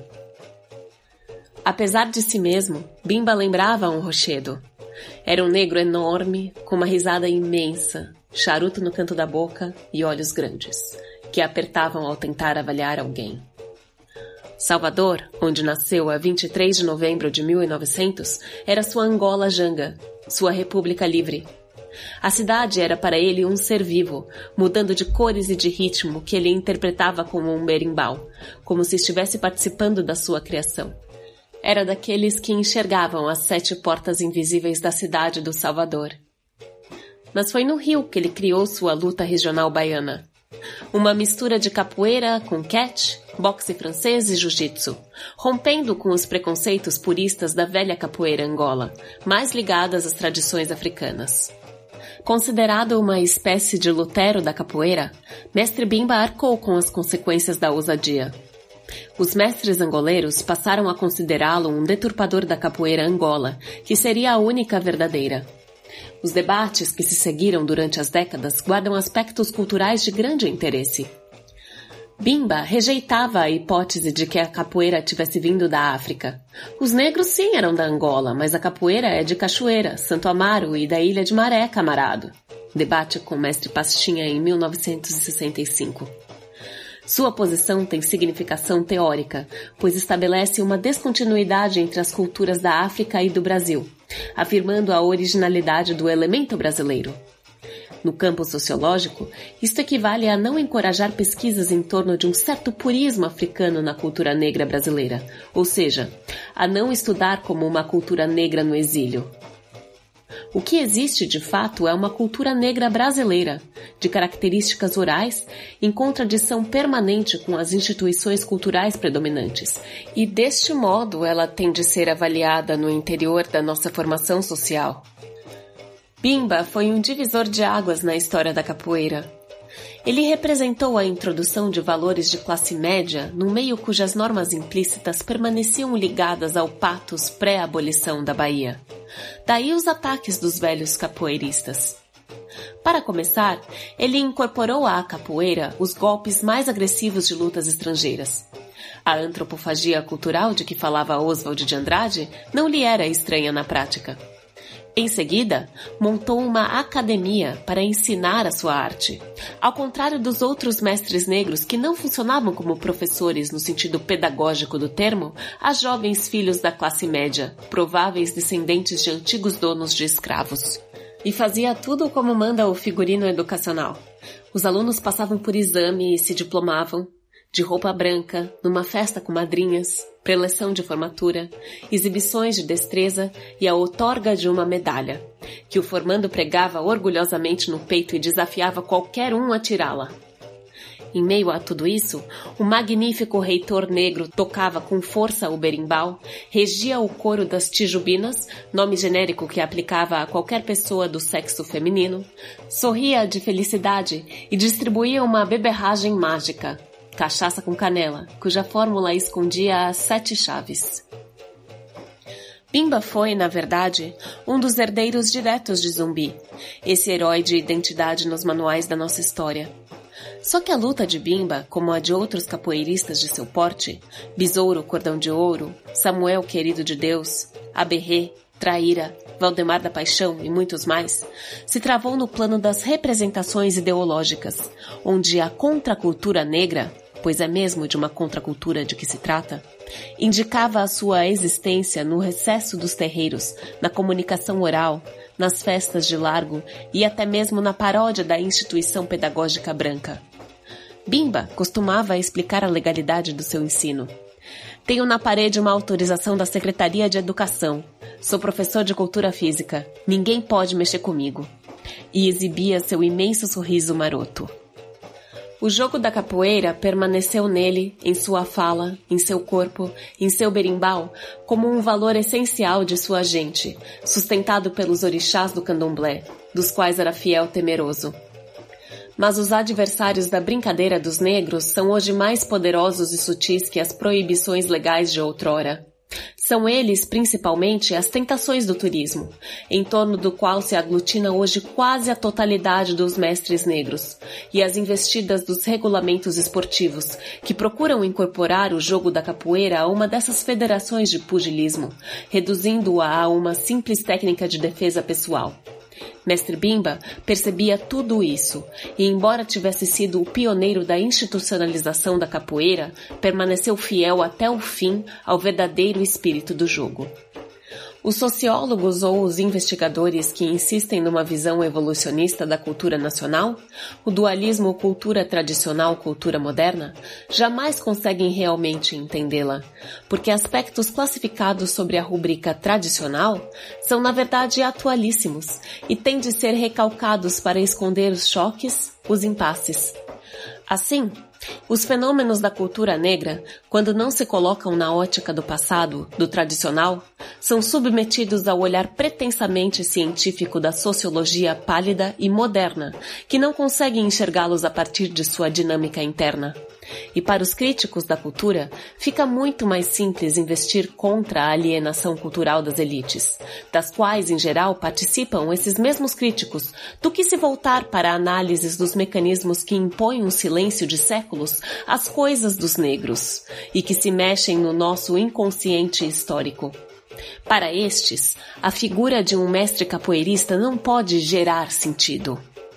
Apesar de si mesmo, Bimba lembrava um rochedo. Era um negro enorme, com uma risada imensa, charuto no canto da boca e olhos grandes, que apertavam ao tentar avaliar alguém. Salvador, onde nasceu a vinte e três de novembro de mil e novecentos, era sua Angola Janga, sua república livre. A cidade era para ele um ser vivo, mudando de cores e de ritmo que ele interpretava como um berimbau, como se estivesse participando da sua criação. Era daqueles que enxergavam as sete portas invisíveis da cidade do Salvador. Mas foi no Rio que ele criou sua luta regional baiana. Uma mistura de capoeira com catch, boxe francês e jiu-jitsu, rompendo com os preconceitos puristas da velha capoeira Angola, mais ligadas às tradições africanas. Considerado uma espécie de Lutero da capoeira, Mestre Bimba arcou com as consequências da ousadia. Os mestres angoleiros passaram a considerá-lo um deturpador da capoeira Angola, que seria a única verdadeira. Os debates que se seguiram durante as décadas guardam aspectos culturais de grande interesse. Bimba rejeitava a hipótese de que a capoeira tivesse vindo da África. Os negros sim eram da Angola, mas a capoeira é de Cachoeira, Santo Amaro e da Ilha de Maré, camarado. Debate com o mestre Pastinha em mil novecentos e sessenta e cinco. Sua posição tem significação teórica, pois estabelece uma descontinuidade entre as culturas da África e do Brasil, afirmando a originalidade do elemento brasileiro. No campo sociológico, isto equivale a não encorajar pesquisas em torno de um certo purismo africano na cultura negra brasileira, ou seja, a não estudar como uma cultura negra no exílio. O que existe de fato é uma cultura negra brasileira, de características orais, em contradição permanente com as instituições culturais predominantes, e deste modo ela tem de ser avaliada no interior da nossa formação social. Bimba foi um divisor de águas na história da capoeira. Ele representou a introdução de valores de classe média num meio cujas normas implícitas permaneciam ligadas ao patos pré-abolição da Bahia. Daí os ataques dos velhos capoeiristas. Para começar, ele incorporou à capoeira os golpes mais agressivos de lutas estrangeiras. A antropofagia cultural de que falava Oswald de Andrade não lhe era estranha na prática. Em seguida, montou uma academia para ensinar a sua arte. Ao contrário dos outros mestres negros que não funcionavam como professores no sentido pedagógico do termo, a jovens filhos da classe média, prováveis descendentes de antigos donos de escravos. E fazia tudo como manda o figurino educacional. Os alunos passavam por exame e se diplomavam, de roupa branca, numa festa com madrinhas, preleção de formatura, exibições de destreza e a outorga de uma medalha, que o formando pregava orgulhosamente no peito e desafiava qualquer um a tirá-la. Em meio a tudo isso, o magnífico reitor negro tocava com força o berimbau, regia o coro das tijubinas, nome genérico que aplicava a qualquer pessoa do sexo feminino, sorria de felicidade e distribuía uma beberragem mágica, cachaça com canela, cuja fórmula escondia as sete chaves. Bimba foi, na verdade, um dos herdeiros diretos de Zumbi, esse herói de identidade nos manuais da nossa história. Só que a luta de Bimba, como a de outros capoeiristas de seu porte, Besouro Cordão de Ouro, Samuel Querido de Deus, Aberrê, Traíra, Valdemar da Paixão e muitos mais, se travou no plano das representações ideológicas, onde a contracultura negra, pois é mesmo de uma contracultura de que se trata, indicava a sua existência no recesso dos terreiros, na comunicação oral, nas festas de largo e até mesmo na paródia da instituição pedagógica branca. Bimba costumava explicar a legalidade do seu ensino. Tenho na parede uma autorização da Secretaria de Educação. Sou professor de cultura física. Ninguém pode mexer comigo. E exibia seu imenso sorriso maroto. O jogo da capoeira permaneceu nele, em sua fala, em seu corpo, em seu berimbau, como um valor essencial de sua gente, sustentado pelos orixás do candomblé, dos quais era fiel temeroso. Mas os adversários da brincadeira dos negros são hoje mais poderosos e sutis que as proibições legais de outrora. São eles, principalmente, as tentações do turismo, em torno do qual se aglutina hoje quase a totalidade dos mestres negros, e as investidas dos regulamentos esportivos, que procuram incorporar o jogo da capoeira a uma dessas federações de pugilismo, reduzindo-a a uma simples técnica de defesa pessoal. Mestre Bimba percebia tudo isso e, embora tivesse sido o pioneiro da institucionalização da capoeira, permaneceu fiel até o fim ao verdadeiro espírito do jogo. Os sociólogos ou os investigadores que insistem numa visão evolucionista da cultura nacional, o dualismo cultura tradicional-cultura moderna, jamais conseguem realmente entendê-la, porque aspectos classificados sobre a rubrica tradicional são, na verdade, atualíssimos e têm de ser recalcados para esconder os choques, os impasses. Assim, os fenômenos da cultura negra, quando não se colocam na ótica do passado, do tradicional, são submetidos ao olhar pretensamente científico da sociologia pálida e moderna, que não consegue enxergá-los a partir de sua dinâmica interna. E para os críticos da cultura, fica muito mais simples investir contra a alienação cultural das elites, das quais, em geral, participam esses mesmos críticos, do que se voltar para análises dos mecanismos que impõem um silêncio de séculos às coisas dos negros, e que se mexem no nosso inconsciente histórico. Para estes, a figura de um mestre capoeirista não pode gerar sentido.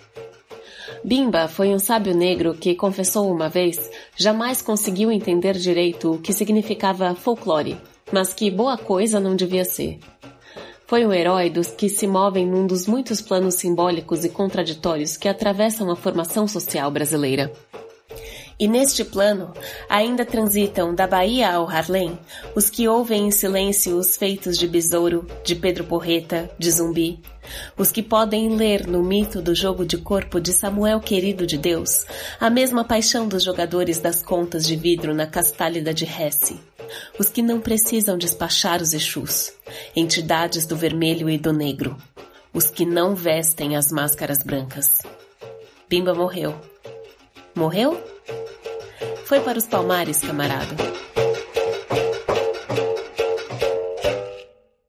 Bimba foi um sábio negro que confessou uma vez jamais conseguiu entender direito o que significava folclore, mas que boa coisa não devia ser. Foi um herói dos que se movem num dos muitos planos simbólicos e contraditórios que atravessam a formação social brasileira. E neste plano, ainda transitam da Bahia ao Harlem os que ouvem em silêncio os feitos de Besouro, de Pedro Porreta, de Zumbi, os que podem ler no mito do jogo de corpo de Samuel Querido de Deus a mesma paixão dos jogadores das contas de vidro na Castálida de Hesse, os que não precisam despachar os Exus, entidades do vermelho e do negro, os que não vestem as máscaras brancas. Bimba morreu. Morreu? Foi para os palmares, camarada.